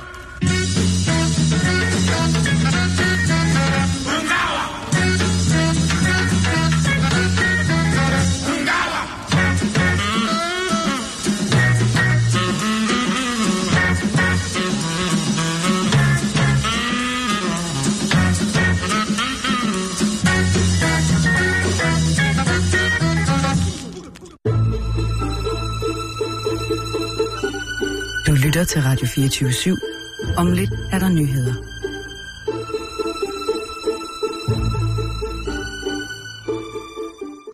S1: Du lytter til Radio fireogtyve syv. Om lidt er der nyheder.